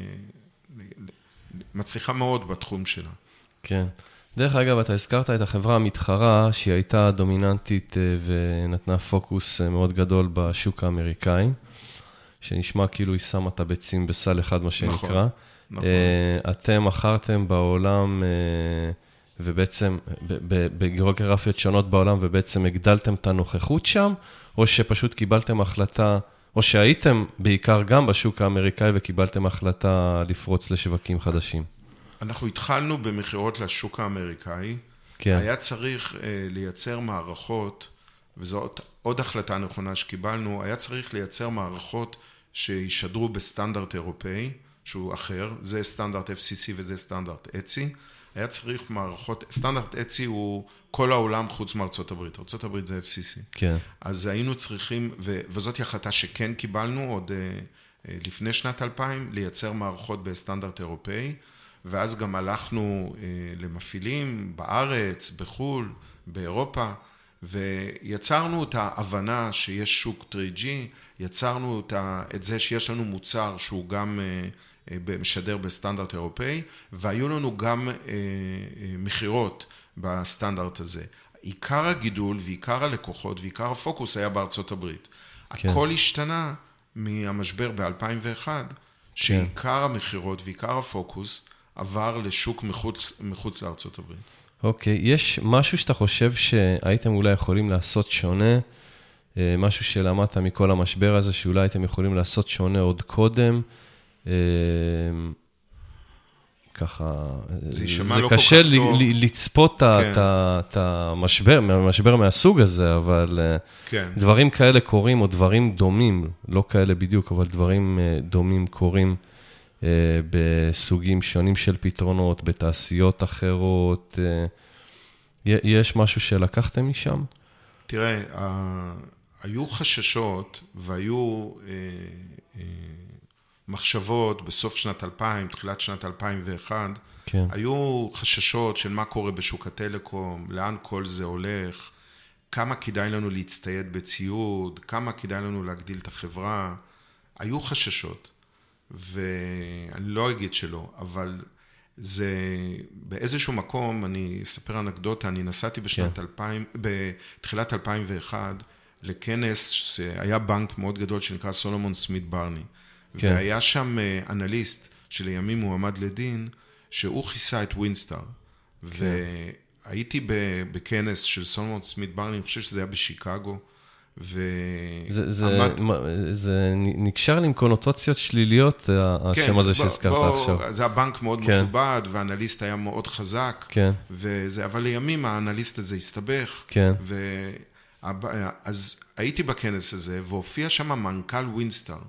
מאוד בתחום שלה. כן. דרך אגב, אתה הזכרת את החברה המתחרה, שהיא הייתה דומיננטית ונתנה פוקוס מאוד גדול בשוק האמריקאי, שנשמע כאילו היא שמה את הביצים בסל אחד, מה שנקרא. נכון. אתם מכרתם בעולם, ובעצם בגיאוגרפיות שונות בעולם, ובעצם הגדלתם את הנוכחות שם, או שפשוט קיבלתם החלטה, או שהייתם בעיקר גם בשוק האמריקאי, וקיבלתם החלטה לפרוץ לשווקים חדשים? אנחנו התחלנו במחירות לשוק האמריקאי. כן. היה צריך לייצר מערכות, וזאת עוד החלטה נכונה שקיבלנו, היה צריך לייצר מערכות שישדרו בסטנדרט אירופאי, שהוא אחר, זה סטנדרט FCC וזה סטנדרט ETSI. היה צריך מערכות, סטנדרט ETSI הוא כל העולם חוץ מארצות הברית. ארצות הברית זה FCC. כן. אז היינו צריכים, וזאת החלטה שכן קיבלנו עוד לפני שנת 2000, לייצר מערכות בסטנדרט אירופאי, ואז גם הלכנו למפעילים בארץ, בחול, באירופה, ויצרנו את ההבנה שיש שוק 3G, יצרנו את זה שיש לנו מוצר שהוא גם משדר בסטנדרט אירופאי, והיו לנו גם מחירות בסטנדרט הזה. עיקר הגידול ועיקר הלקוחות ועיקר הפוקוס היה בארצות הברית. כן. הכל השתנה מהמשבר ב-2001, שעיקר המחירות ועיקר הפוקוס עבר לשוק מחוץ לארצות הברית. אוקיי, יש משהו שאתה חושב שהייתם אולי יכולים לעשות שונה, משהו שלמדת מכל המשבר הזה, שאולי הייתם יכולים לעשות שונה עוד קודם, ככה, זה קשה לצפות את המשבר מהסוג הזה, אבל דברים כאלה קורים, או דברים דומים, לא כאלה בדיוק, אבל דברים דומים קורים, בסוגים שונים של פתרונות, בתעשיות אחרות. יש משהו שלקחתם משם? תראה, היו חששות והיו מחשבות בסוף שנת 2000, תחילת שנת 2001, כן. היו חששות של מה קורה בשוק הטלקום, לאן כל זה הולך, כמה כדאי לנו להצטייד בציוד, כמה כדאי לנו להגדיל את החברה, היו חששות, ואני לא אגיד שלא, אבל זה באיזשהו מקום, אני אספר אנקדוטה, אני נסעתי בשנת 2000, בתחילת 2001, לכנס שהיה בנק מאוד גדול שנקרא סולומון סמית ברני, כן. והיה שם אנליסט שלימים הוא עמד לדין, שהוא כיסה את ווינסטאר, כן. והייתי בכנס של סולומון סמית ברני, אני חושב שזה היה בשיקגו, זה נקשר לי עם קונוטציות שליליות, השם הזה שהזכרת עכשיו. זה הבנק מאוד מכובד, והאנליסט היה מאוד חזק, אבל לימים האנליסט הזה הסתבך, אז הייתי בכנס הזה, והופיע שם מנכ"ל ווינסטאר,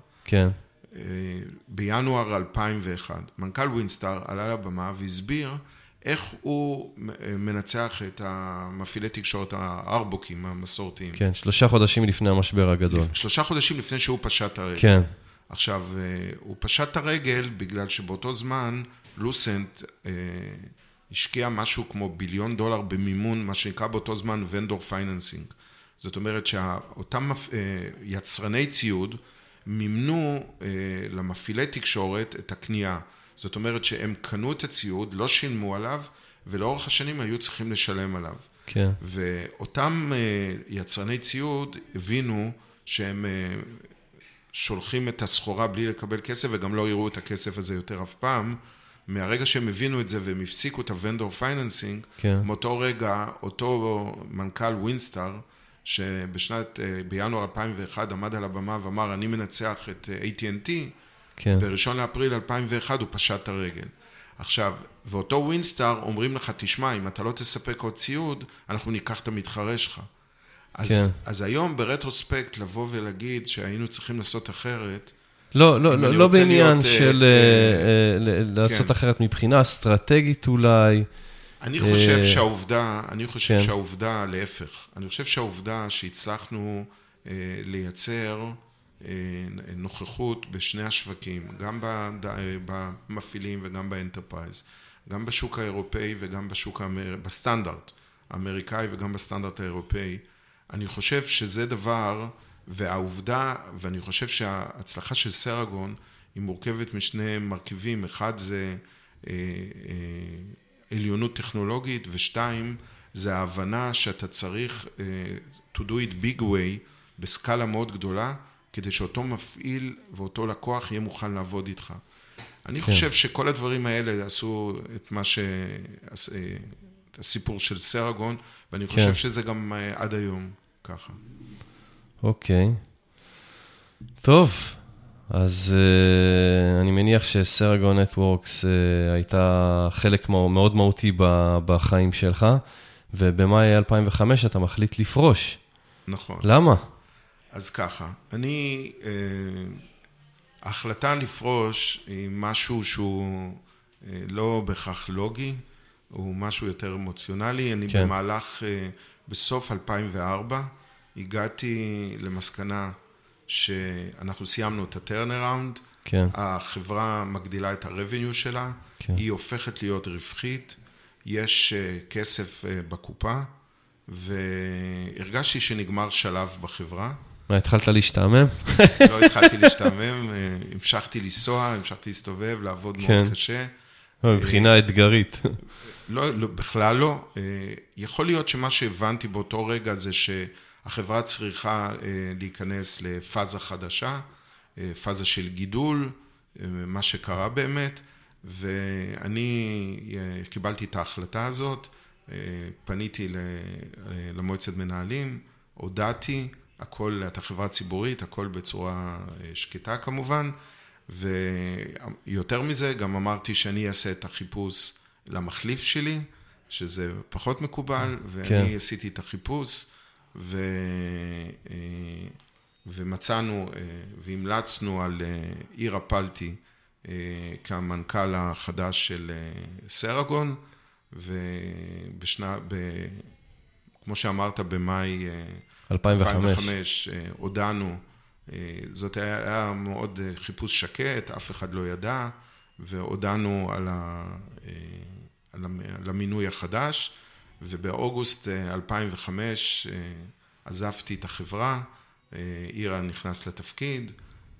בינואר 2001. מנכ"ל ווינסטאר עלה לבמה והסביר איך הוא מנצח את המפעילי תקשורת הארבוקים המסורתיים. כן, 3 חודשים לפני המשבר הגדול. 3 חודשים לפני שהוא פשט הרגל. כן. עכשיו, הוא פשט הרגל בגלל שבאותו זמן לוסנט השקיע משהו כמו $1 ביליון במימון, מה שנקרא באותו זמן ונדור פייננסינג. זאת אומרת שאותם יצרני ציוד מימנו למפעילי תקשורת את הקנייה. זאת אומרת שהם קנו את הציוד, לא שילמו עליו, ולאורך השנים היו צריכים לשלם עליו. כן. ואותם יצרני ציוד הבינו שהם שולחים את הסחורה בלי לקבל כסף, וגם לא יראו את הכסף הזה יותר אף פעם. מהרגע שהם הבינו את זה והם הפסיקו את הוונדור פייננסינג, כן. מאותו רגע, אותו מנכ"ל ווינסטאר, בינואר 2001 עמד על הבמה ואמר, אני מנצח את AT&T, כן. ב1 לאפריל 2001 הוא פשט הרגל. עכשיו, ואותו ווינסטאר אומרים לך, תשמע, אם אתה לא תספק עוד ציוד, אנחנו ניקח את המתחרה שלך. אז היום ברטרוספקט לבוא ולהגיד שהיינו צריכים לעשות אחרת, לא בעניין של לעשות אחרת מבחינה אסטרטגית אולי. אני חושב שהעובדה, להפך, אני חושב שהעובדה שהצלחנו לייצר נוכחות בשני השווקים, גם במפעילים וגם באנטרפרייז, גם בשוק האירופאי וגם בסטנדרט האמריקאי וגם בסטנדרט האירופאי, אני חושב שזה דבר, והעובדה, ואני חושב שההצלחה של סרגון היא מורכבת משני מרכיבים, אחד זה עליונות טכנולוגית, ושתיים זה ההבנה שאתה צריך to do it big way בסקאלה מאוד גדולה, כדי שאותו מפעיל ואותו לקוח יהיה מוכן לעבוד איתך. אני חושב שכל הדברים האלה עשו את הסיפור של סרגון, ואני חושב שזה גם עד היום ככה. אוקיי. טוב, אז אני מניח שסרגון נטוורקס הייתה חלק מאוד מהותי בחיים שלך, ובמאי 2005 אתה מחליט לפרוש. נכון. למה? אז ככה, ההחלטה לפרוש היא משהו שהוא לא בכך לוגי, הוא משהו יותר אמוציונלי. אני במהלך, בסוף 2004, הגעתי למסקנה שאנחנו סיימנו את הטרנראונד, החברה מגדילה את הרבניו שלה, היא הופכת להיות רווחית, יש כסף בקופה, והרגשתי שנגמר שלב בחברה. מה, התחלת להשתעמם? לא התחלתי להשתעמם, המשכתי לנסוע, המשכתי להסתובב, לעבוד מאוד קשה. מבחינה אתגרית. לא, בכלל לא. יכול להיות שמה שהבנתי באותו רגע זה שהחברה צריכה להיכנס לפאזה חדשה, פאזה של גידול, מה שקרה באמת, ואני קיבלתי את ההחלטה הזאת, פניתי למועצת מנהלים, הודעתי, הכל, את החברה הציבורית, הכל בצורה שקטה כמובן, ויותר מזה גם אמרתי שאני אעשה את החיפוש למחליף שלי, שזה פחות מקובל, ואני עשיתי את החיפוש, ומצאנו והמלצנו על עירה פלטי כמנכ"ל החדש של סרגון, כמו שאמרת, במאי 2005 הודענו זאת היה מאוד חיפוש שקט, אף אחד לא ידע, והודענו על המינוי החדש, ובאוגוסט 2005 עזבתי את החברה, אירה נכנס לתפקיד,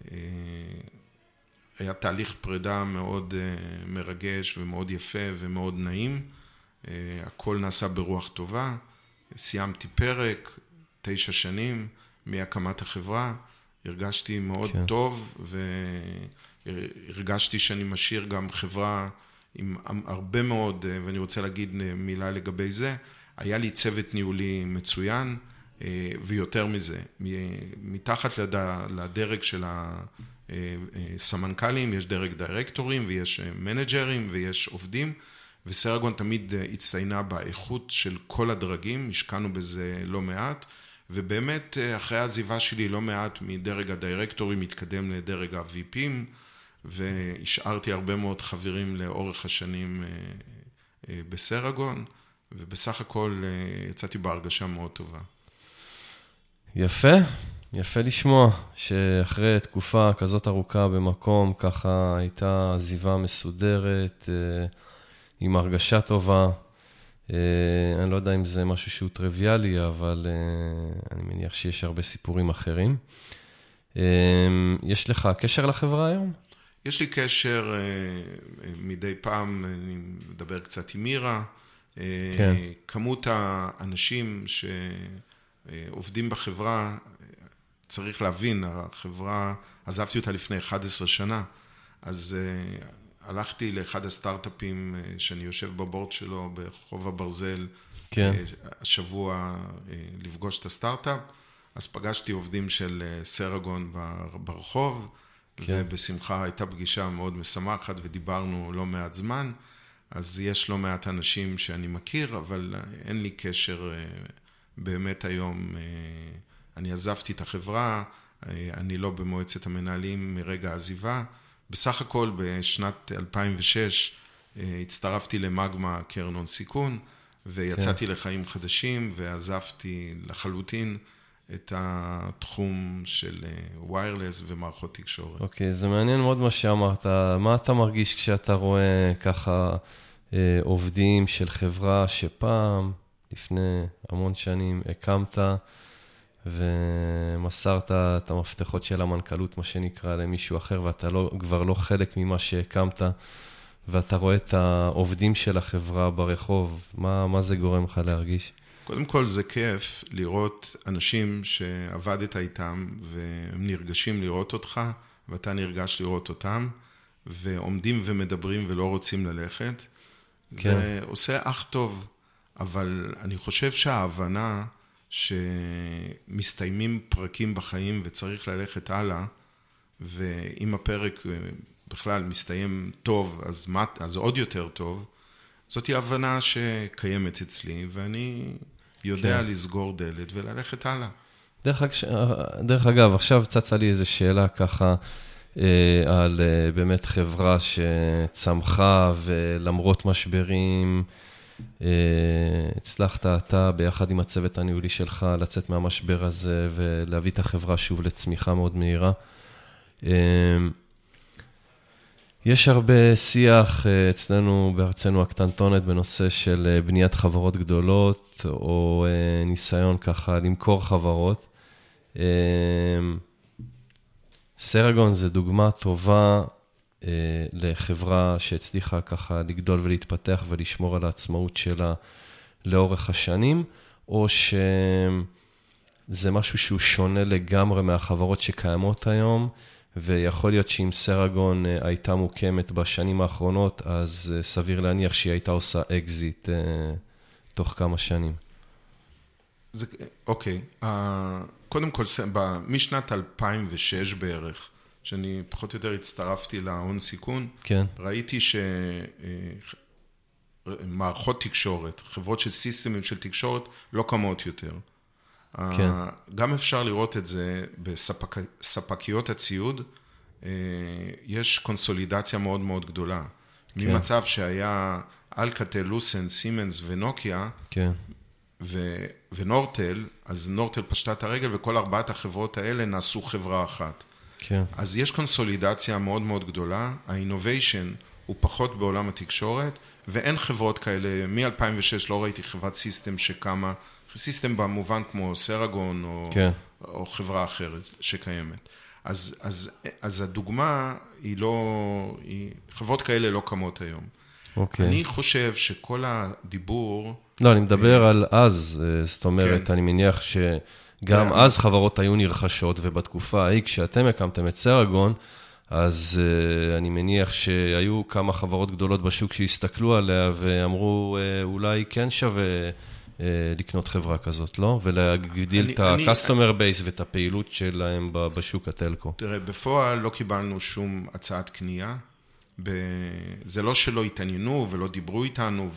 היה תהליך פרידה מאוד מרגש ומאוד יפה ומאוד נעים, הכל נעשה ברוח טובה, סיימתי פרק, 9 שנים מהקמת החברה, הרגשתי מאוד טוב והרגשתי שאני משאיר גם חברה עם הרבה מאוד, ואני רוצה להגיד מילה לגבי זה, היה לי צוות ניהולי מצוין, ויותר מזה, מתחת לדרג של הסמנכ"לים, יש דרג דירקטורים ויש מנג'רים ויש עובדים, וסרגון תמיד הצטיינה באיכות של כל הדרגים, השקענו בזה לא מעט, ובאמת אחרי העזיבה שלי לא מעט מדרג הדירקטורים התקדם לדרג ה-VPים, והשארתי הרבה מאוד חברים לאורך השנים בסרגון, ובסך הכל יצאתי בהרגשה מאוד טובה. יפה, יפה לשמוע שאחרי תקופה כזאת ארוכה במקום, ככה הייתה עזיבה מסודרת, עם הרגשה טובה. אני לא יודע אם זה משהו שהוא טריוויאלי, אבל אני מניח שיש הרבה סיפורים אחרים. יש לך קשר לחברה היום? יש לי קשר מדי פעם, אני מדבר קצת עם מירה. כן. כמות האנשים שעובדים בחברה, צריך להבין, החברה, עזבתי אותה לפני 11 שנה, אז הלכתי לאחד הסטארט-אפים שאני יושב בבורד שלו בחוב הברזל, כן. השבוע לפגוש את הסטארט-אפ, אז פגשתי עובדים של סרגון ברחוב, כן. ובשמחה הייתה פגישה מאוד משמחת ודיברנו לא מעט זמן, אז יש לא מעט אנשים שאני מכיר, אבל אין לי קשר באמת היום. אני עזבתי את החברה, אני לא במועצת המנהלים מרגע העזיבה. בסך הכל בשנת 2006 הצטרפתי למגמה קרן הון סיכון, ויצאתי כן. לחיים חדשים, ועזבתי לחלוטין את התחום של ויירלס ומערכות תקשורת. אוקיי, זה מעניין מאוד מה שאמרת. מה אתה מרגיש כשאתה רואה ככה עובדים של חברה שפעם, לפני המון שנים, הקמת ומסרת את המפתחות של המנכ"לות, מה שנקרא, למישהו אחר, ואתה כבר לא חלק ממה שהקמת, ואתה רואה את העובדים של החברה ברחוב, מה זה גורם לך להרגיש? קודם כל זה כיף לראות אנשים שעבדת איתם, והם נרגשים לראות אותך, ואתה נרגש לראות אותם, ועומדים ומדברים ולא רוצים ללכת. כן. זה עושה אך טוב, אבל אני חושב שההבנה שמסתיימים פרקים בחיים וצריך ללכת הלאה, ואם הפרק בכלל מסתיים טוב, אז עוד יותר טוב, זאת היא הבנה שקיימת אצלי, ואני יודע לסגור דלת וללכת הלאה. דרך אגב, עכשיו צצה לי איזו שאלה ככה, על באמת חברה שצמחה ולמרות משברים, הצלחת אתה ביחד עם הצוות הניהולי שלך לצאת מהמשבר הזה ולהביא את החברה שוב לצמיחה מאוד מהירה. יש הרבה שיח אצלנו בארצנו הקטנטונת בנושא של בניית חברות גדולות או ניסיון ככה למכור חברות. סרגון זה דוגמה טובה לחברה שהצליחה ככה לגדול ולהתפתח ולשמור על העצמאות שלה לאורך השנים, או שזה משהו שהוא שונה לגמרי מהחברות שקיימות היום, ויכול להיות שאם סרגון הייתה מוקמת בשנים האחרונות, אז סביר להניח שהיא הייתה עושה אקזיט תוך כמה שנים. אוקיי, קודם כל, משנת 2006 בערך, שאני פחות או יותר הצטרפתי להון סיכון, כן. ראיתי שמערכות תקשורת, חברות של סיסטמים של תקשורת, לא קמות יותר. כן. גם אפשר לראות את זה בספקיות הציוד, יש קונסולידציה מאוד מאוד גדולה. כן. ממצב שהיה אלקטל, לוסן, סימנס ונוקיה, כן. ונורטל, אז נורטל פשטה את הרגל, וכל 4 החברות האלה נעשו חברה אחת. כן. אז יש קונסולידציה מאוד מאוד גדולה, האינוביישן הוא פחות בעולם התקשורת, ואין חברות כאלה, מ-2006 לא ראיתי חברת סיסטם שקמה, סיסטם במובן כמו סרגון כן. או חברה אחרת שקיימת. אז הדוגמה היא לא, חברות כאלה לא קמות היום. אוקיי. אני חושב שכל הדיבור... לא, אני מדבר על אז, זאת אומרת, כן. אני מניח שגם אז חברות היו נרכשות, ובתקופה ההיא, כשאתם הקמתם את סרגון, אז אני מניח שהיו כמה חברות גדולות בשוק שהסתכלו עליה, ואמרו, אולי כן שווה לקנות חברה כזאת, לא? ולהגדיל את ה-customer base ואת הפעילות שלהם בשוק הטלקו. תראה, בפועל לא קיבלנו שום הצעת קנייה, זה לא שלא התעניינו ולא דיברו איתנו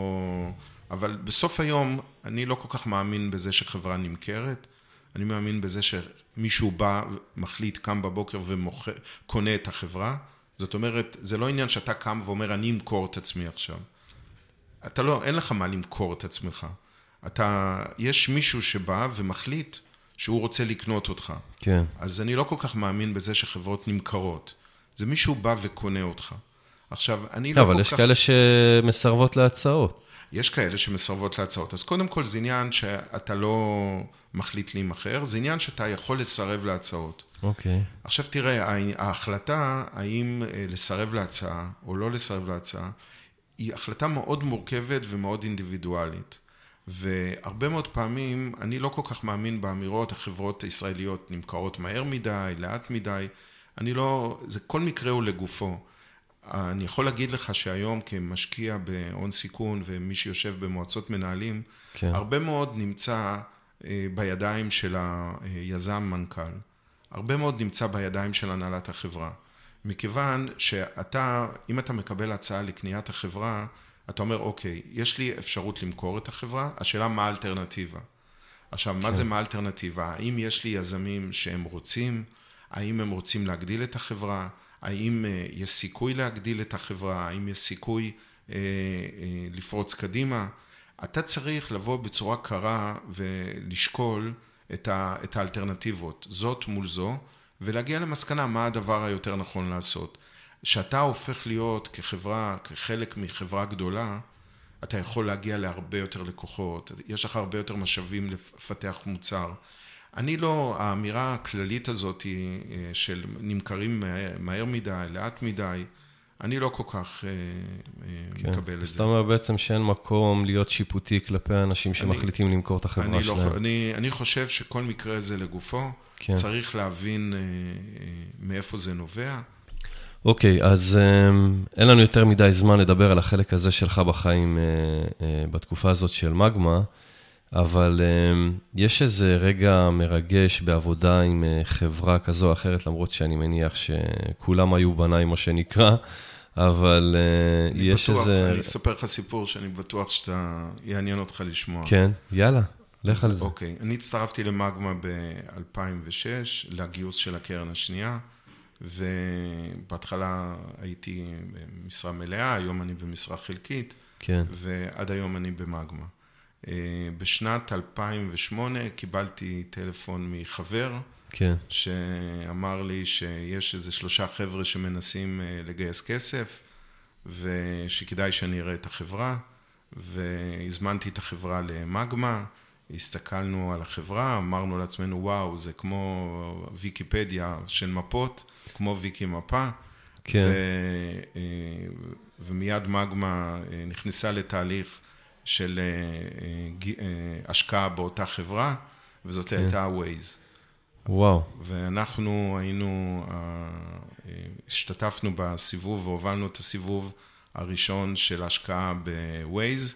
אבל בסוף היום אני לא כל כך מאמין בזה שחברה נמכרת, אני מאמין בזה שמישהו בא, מחליט, קם בבוקר וקונה את החברה, זאת אומרת, זה לא עניין שאתה קם ואומר אני אמכור את עצמי עכשיו, אין לך מה למכור את עצמך, יש מישהו שבא ומחליט שהוא רוצה לקנות אותך, כן. אז אני לא כל כך מאמין בזה שחברות נמכרות, זה מישהו בא וקונה אותך. עכשיו, אני לא כל כך... אבל יש כאלה שמסרבות להצעות. יש כאלה שמסרבות להצעות. אז קודם כל זה עניין שאתה לא מחליט להימחר, זה עניין שאתה יכול לסרב להצעות. אוקיי. עכשיו תראה, ההחלטה האם לסרב להצעה או לא לסרב להצעה, היא החלטה מאוד מורכבת ומאוד אינדיבידואלית. והרבה מאוד פעמים אני לא כל כך מאמין באמירות, החברות הישראליות נמכרות מהר מדי, לאט מדי, זה כל מקרה הוא לגופו. אני יכול להגיד לך שהיום כמשקיע בהון סיכון ומי שיושב במועצות מנהלים, כן. הרבה מאוד נמצא בידיים של היזם מנכ"ל. הרבה מאוד נמצא בידיים של הנהלת החברה. מכיוון אם אתה מקבל הצעה לקניית החברה, אתה אומר, אוקיי, יש לי אפשרות למכור את החברה, השאלה מה האלטרנטיבה? עכשיו, כן. מה זה מה האלטרנטיבה? האם יש לי יזמים שהם רוצים? האם הם רוצים להגדיל את החברה? האם יש סיכוי להגדיל את החברה? האם יש סיכוי לפרוץ קדימה? אתה צריך לבוא בצורה קרה ולשקול את האלטרנטיבות, זאת מול זו, ולהגיע למסקנה מה הדבר היותר נכון לעשות. שאתה הופך להיות כחברה, כחלק מחברה גדולה, אתה יכול להגיע להרבה יותר לקוחות, יש לך הרבה יותר משאבים לפתח מוצר. אני לא, האמירה הכללית הזאת של נמכרים מהר מדי, לאט מדי, אני לא כל כך מקבל את זה. זאת אומרת בעצם שאין מקום להיות שיפוטי כלפי האנשים שמחליטים למכור את החברה שלהם. אני חושב שכל מקרה זה לגופו, צריך להבין מאיפה זה נובע. אוקיי, אז אין לנו יותר מדי זמן לדבר על החלק הזה שלך בחיים בתקופה הזאת של מגמה, אבל יש איזה רגע מרגש בעבודה עם חברה כזו או אחרת, למרות שאני מניח שכולם היו בניי מה שנקרא, אבל יש איזה... אני אספר לך סיפור שאני בטוח שאתה יעניין אותך לשמוע. כן, יאללה, לך על זה. אוקיי, אני הצטרפתי למגמה ב-2006, לגיוס של הקרן השנייה, ובהתחלה הייתי במשרה מלאה, היום אני במשרה חלקית, כן. ועד היום אני במגמה. בשנת 2008 קיבלתי טלפון מחבר, כן. שאמר לי שיש איזה 3 חבר'ה שמנסים לגייס כסף, ושכדאי שאני אראה את החברה, והזמנתי את החברה למגמה, הסתכלנו על החברה, אמרנו לעצמנו, וואו, זה כמו ויקיפדיה של מפות, כמו ויקי מפה, כן. ומיד מגמה נכנסה לתהליך של השקעה באותה חברה, וזאת הייתה Waze. וואו. ואנחנו השתתפנו בסיבוב, והובלנו את הסיבוב הראשון של השקעה ב-Waze,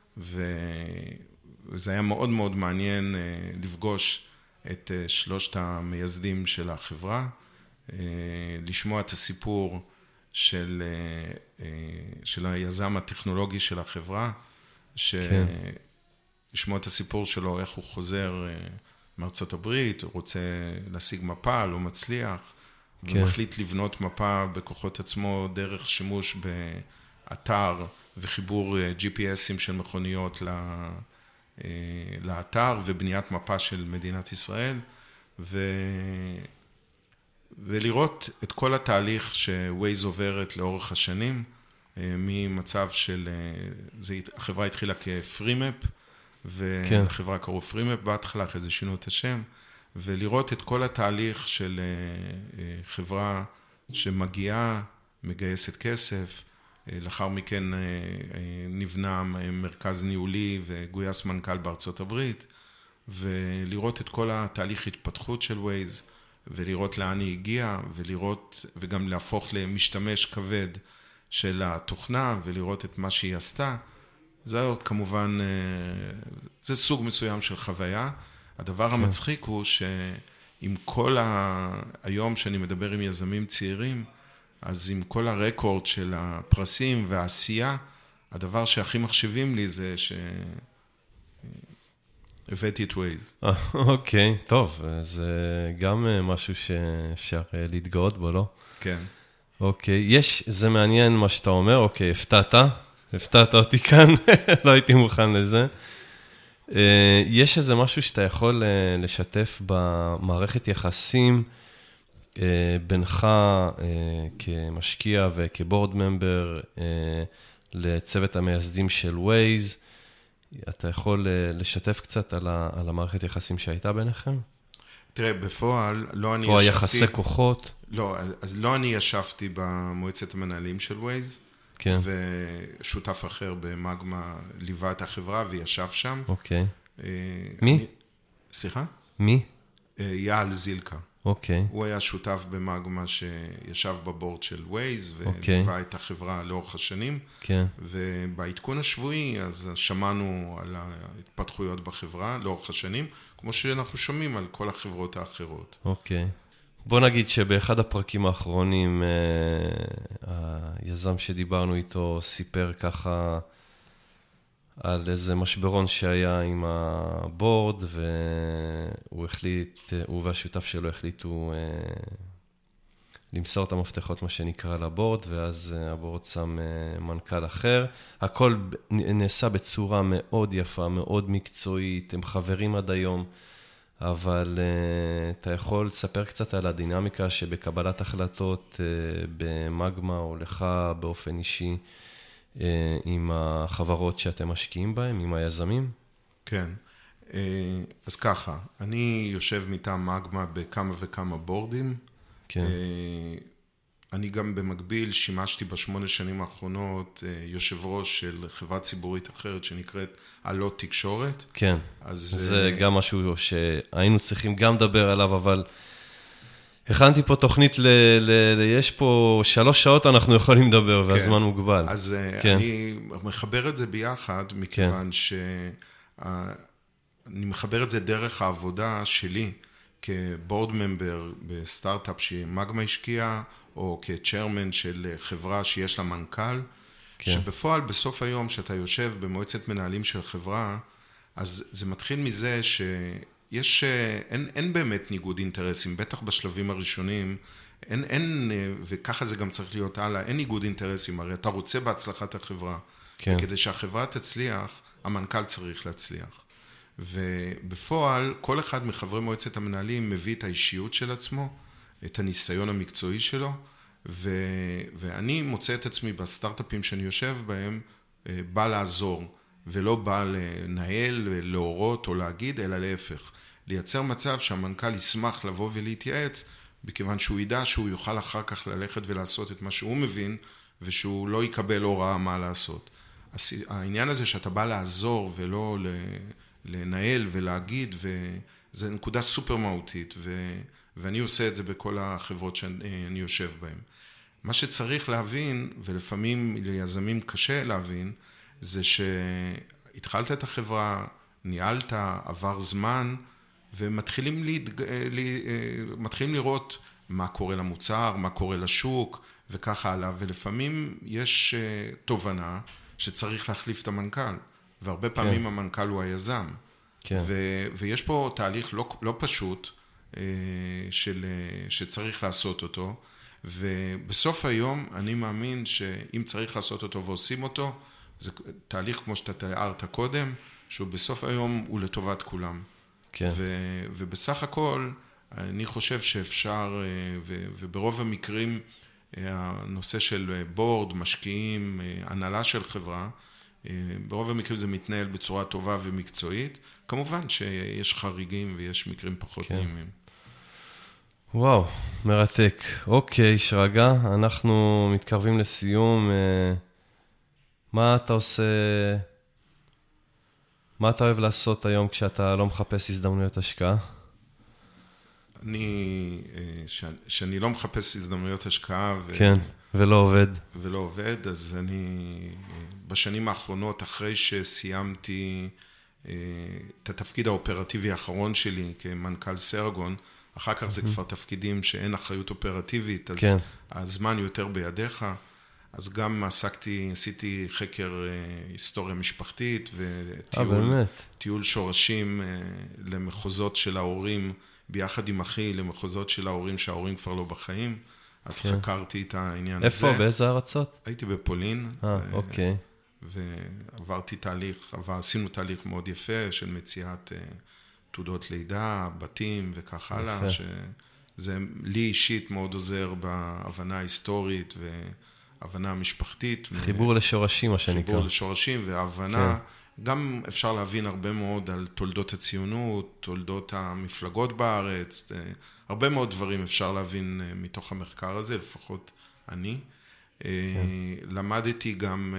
וזה היה מאוד מאוד מעניין לפגוש את 3 המייסדים של החברה, לשמוע את הסיפור של היזם הטכנולוגי של החברה, לשמוע את הסיפור שלו, איך הוא חוזר מארצות הברית, הוא רוצה להשיג מפה, לא מצליח, ומחליט לבנות מפה בכוחות עצמו דרך שימוש באתר וחיבור GPSים של מכוניות לאתר ובניית מפה של מדינת ישראל, ולראות את כל התהליך שווייז עוברת לאורך השנים, ממצב של, החברה התחילה כפרימפ, ולחברה קראו פרימפ בהתחלה, אחרי זה שינו את השם, ולראות את כל התהליך של חברה שמגיעה, מגייסת כסף, לאחר מכן נבנה מרכז ניהולי וגויס מנכ"ל בארצות הברית, ולראות את כל התהליך התפתחות של ווייז, ולראות לאן היא הגיעה, וגם להפוך למשתמש כבד של התוכנה, ולראות את מה שהיא עשתה. זה עוד כמובן, זה סוג מסוים של חוויה. הדבר המצחיק הוא שעם כל היום שאני מדבר עם יזמים צעירים, אז עם כל הרקורד של הפרסים והעשייה, הדבר שהכי מחשיבים לי זה הבאתי את ווייז. אוקיי, טוב, זה גם משהו שאפשר להתגאות בו, לא? כן. אוקיי, זה מעניין מה שאתה אומר, אוקיי, הפתעת אותי כאן, לא הייתי מוכן לזה. יש איזה משהו שאתה יכול לשתף במערכת יחסים בינך כמשקיע וכבורד ממבר לצוות המייסדים של ווייז, אתה יכול לשתף קצת על המערכת יחסים שהייתה ביניכם? תראה, בפועל לא אני או היחסי כוחות? לא, אז לא אני ישבתי במועצת המנהלים של ווייז, כן. ושותף אחר במגמה ליווה את החברה וישב שם. אוקיי. מי? סליחה? מי? יעל זילקה. אוקיי. הוא היה שותף במגמה שישב בבורד של ווייז, וליווה את החברה לאורך השנים. כן. ובעדכון השבועי, אז שמענו על ההתפתחויות בחברה לאורך השנים, כמו שאנחנו שומעים על כל החברות האחרות. אוקיי. בוא נגיד שבאחד הפרקים האחרונים, היזם שדיברנו איתו סיפר ככה על איזה משברון שהיה עם הבורד, הוא והשותף שלו החליטו למסור את המפתחות, מה שנקרא, לבורד, ואז הבורד שם מנכ"ל אחר. הכל נעשה בצורה מאוד יפה, מאוד מקצועית, הם חברים עד היום, אבל אתה יכול לספר קצת על הדינמיקה שבקבלת החלטות במגמה או לך באופן אישי, עם החברות שאתם משקיעים בהם, עם היזמים? כן. אז ככה, אני יושב מטעם מגמה בכמה וכמה בורדים. כן. אני גם במקביל שימשתי ב8 שנים האחרונות יושב ראש של חברה ציבורית אחרת שנקראת עלות תקשורת. כן. זה גם משהו שהיינו צריכים גם לדבר עליו, אבל הכנתי פה תוכנית, יש פה 3 שעות אנחנו יכולים לדבר, והזמן מוגבל. אז אני מחבר את זה ביחד, מכיוון שאני מחבר את זה דרך העבודה שלי, כבורד ממבר בסטארט-אפ שמגמה השקיעה, או כצ'רמן של חברה שיש לה מנכ"ל, שבפועל בסוף היום שאתה יושב במועצת מנהלים של חברה, אז זה מתחיל מזה אין באמת ניגוד אינטרסים, בטח בשלבים הראשונים, וככה זה גם צריך להיות הלאה, אין ניגוד אינטרסים, הרי אתה רוצה בהצלחת החברה, וכדי שהחברה תצליח, המנכ"ל צריך להצליח. ובפועל, כל אחד מחברי מועצת המנהלים מביא את האישיות של עצמו, את הניסיון המקצועי שלו, ואני מוצא את עצמי בסטארט-אפים שאני יושב בהם, בא לעזור, ולא בא לנהל, להורות או להגיד, אלא להפך. לייצר מצב שהמנכ"ל ישמח לבוא ולהתייעץ, בכיוון שהוא ידע שהוא יוכל אחר כך ללכת ולעשות את מה שהוא מבין, ושהוא לא יקבל הוראה מה לעשות. העניין הזה שאתה בא לעזור ולא לנהל ולהגיד, זה נקודה סופר מהותית, ואני עושה את זה בכל החברות שאני יושב בהן. מה שצריך להבין, ולפעמים ליזמים קשה להבין, זה שהתחלת את החברה, ניהלת, עבר זמן, ומתחילים לראות מה קורה למוצר, מה קורה לשוק, וככה הלאה, ולפעמים יש תובנה שצריך להחליף את המנכ"ל, והרבה פעמים המנכ"ל הוא היזם. כן. ויש פה תהליך לא פשוט, שצריך לעשות אותו, ובסוף היום אני מאמין שאם צריך לעשות אותו ועושים אותו, זה תהליך כמו שאתה תיארת קודם, שהוא בסוף היום הוא לטובת כולם. כן. ובסך הכל, אני חושב שאפשר, וברוב המקרים, הנושא של בורד, משקיעים, הנהלה של חברה, ברוב המקרים זה מתנהל בצורה טובה ומקצועית. כמובן שיש חריגים ויש מקרים פחות נעימים. וואו, מרתק. אוקיי, שרגא, אנחנו מתקרבים לסיום. מה אתה עושה, מה אתה אוהב לעשות היום כשאתה לא מחפש הזדמנויות השקעה? שאני לא מחפש הזדמנויות השקעה. כן, ולא עובד. ולא עובד, אז אני בשנים האחרונות, אחרי שסיימתי את התפקיד האופרטיבי האחרון שלי כמנכ"ל סרגון, אחר כך זה כבר תפקידים שאין אחריות אופרטיבית, אז הזמן יותר בידיך. אז גם עשיתי חקר היסטוריה משפחתית וטיול שורשים למחוזות של ההורים, ביחד עם אחי, למחוזות של ההורים שההורים כבר לא בחיים. אז חקרתי את העניין הזה. איפה? באיזה ארצות? הייתי בפולין. אוקיי. ועברתי עשינו תהליך מאוד יפה של מציאת תעודות לידה, בתים וכך הלאה, שזה לי אישית מאוד עוזר בהבנה ההיסטורית והבנה המשפחתית. חיבור לשורשים, מה שנקרא. חיבור לשורשים והבנה, גם אפשר להבין הרבה מאוד על תולדות הציונות, תולדות המפלגות בארץ, הרבה מאוד דברים אפשר להבין מתוך המחקר הזה, לפחות אני. למדתי גם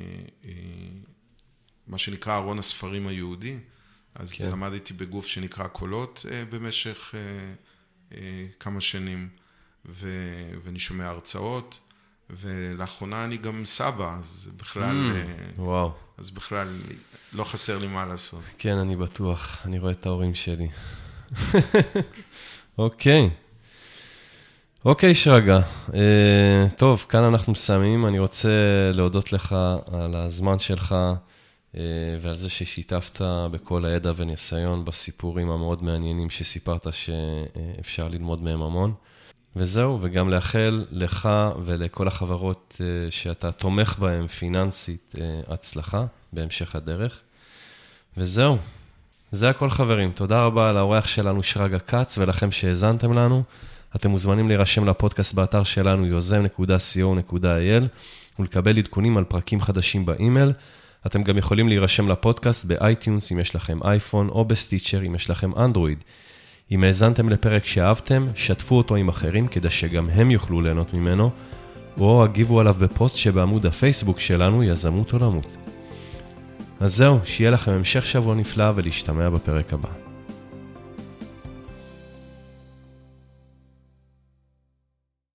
מה שנקרא ארון הספרים היהודי, אז למדתי בגוף שנקרא קולות במשך כמה שנים, ואני שומע הרצאות, ולאחרונה אני גם סבא, אז בכלל לא חסר לי מה לעשות. כן, אני בטוח, אני רואה את ההורים שלי. אוקיי, שרגא. טוב, כאן אנחנו מסיימים. אני רוצה להודות לך על הזמן שלך, ועל זה ששיתפת בכל הידע וניסיון בסיפורים המאוד מעניינים שסיפרת שאפשר ללמוד מהם המון. וזהו, וגם לאחל לך ולכל החברות שאתה תומך בהם פיננסית הצלחה בהמשך הדרך. וזהו, זה הכל חברים. תודה רבה לאורח שלנו שרגא כץ ולכם שהאזנתם לנו. אתם מוזמנים להירשם לפודקאסט באתר שלנו yozem.co.il ולקבל עדכונים על פרקים חדשים באימייל. אתם גם יכולים להירשם לפודקאסט באייטיונס אם יש לכם אייפון או בסטיצ'ר אם יש לכם אנדרואיד. אם האזנתם לפרק שאהבתם, שתפו אותו עם אחרים כדי שגם הם יוכלו ליהנות ממנו, או הגיבו עליו בפוסט שבעמוד הפייסבוק שלנו יזמות עולמות. אז זהו, שיהיה לכם המשך שבוע נפלא ולהשתמע בפרק הבא.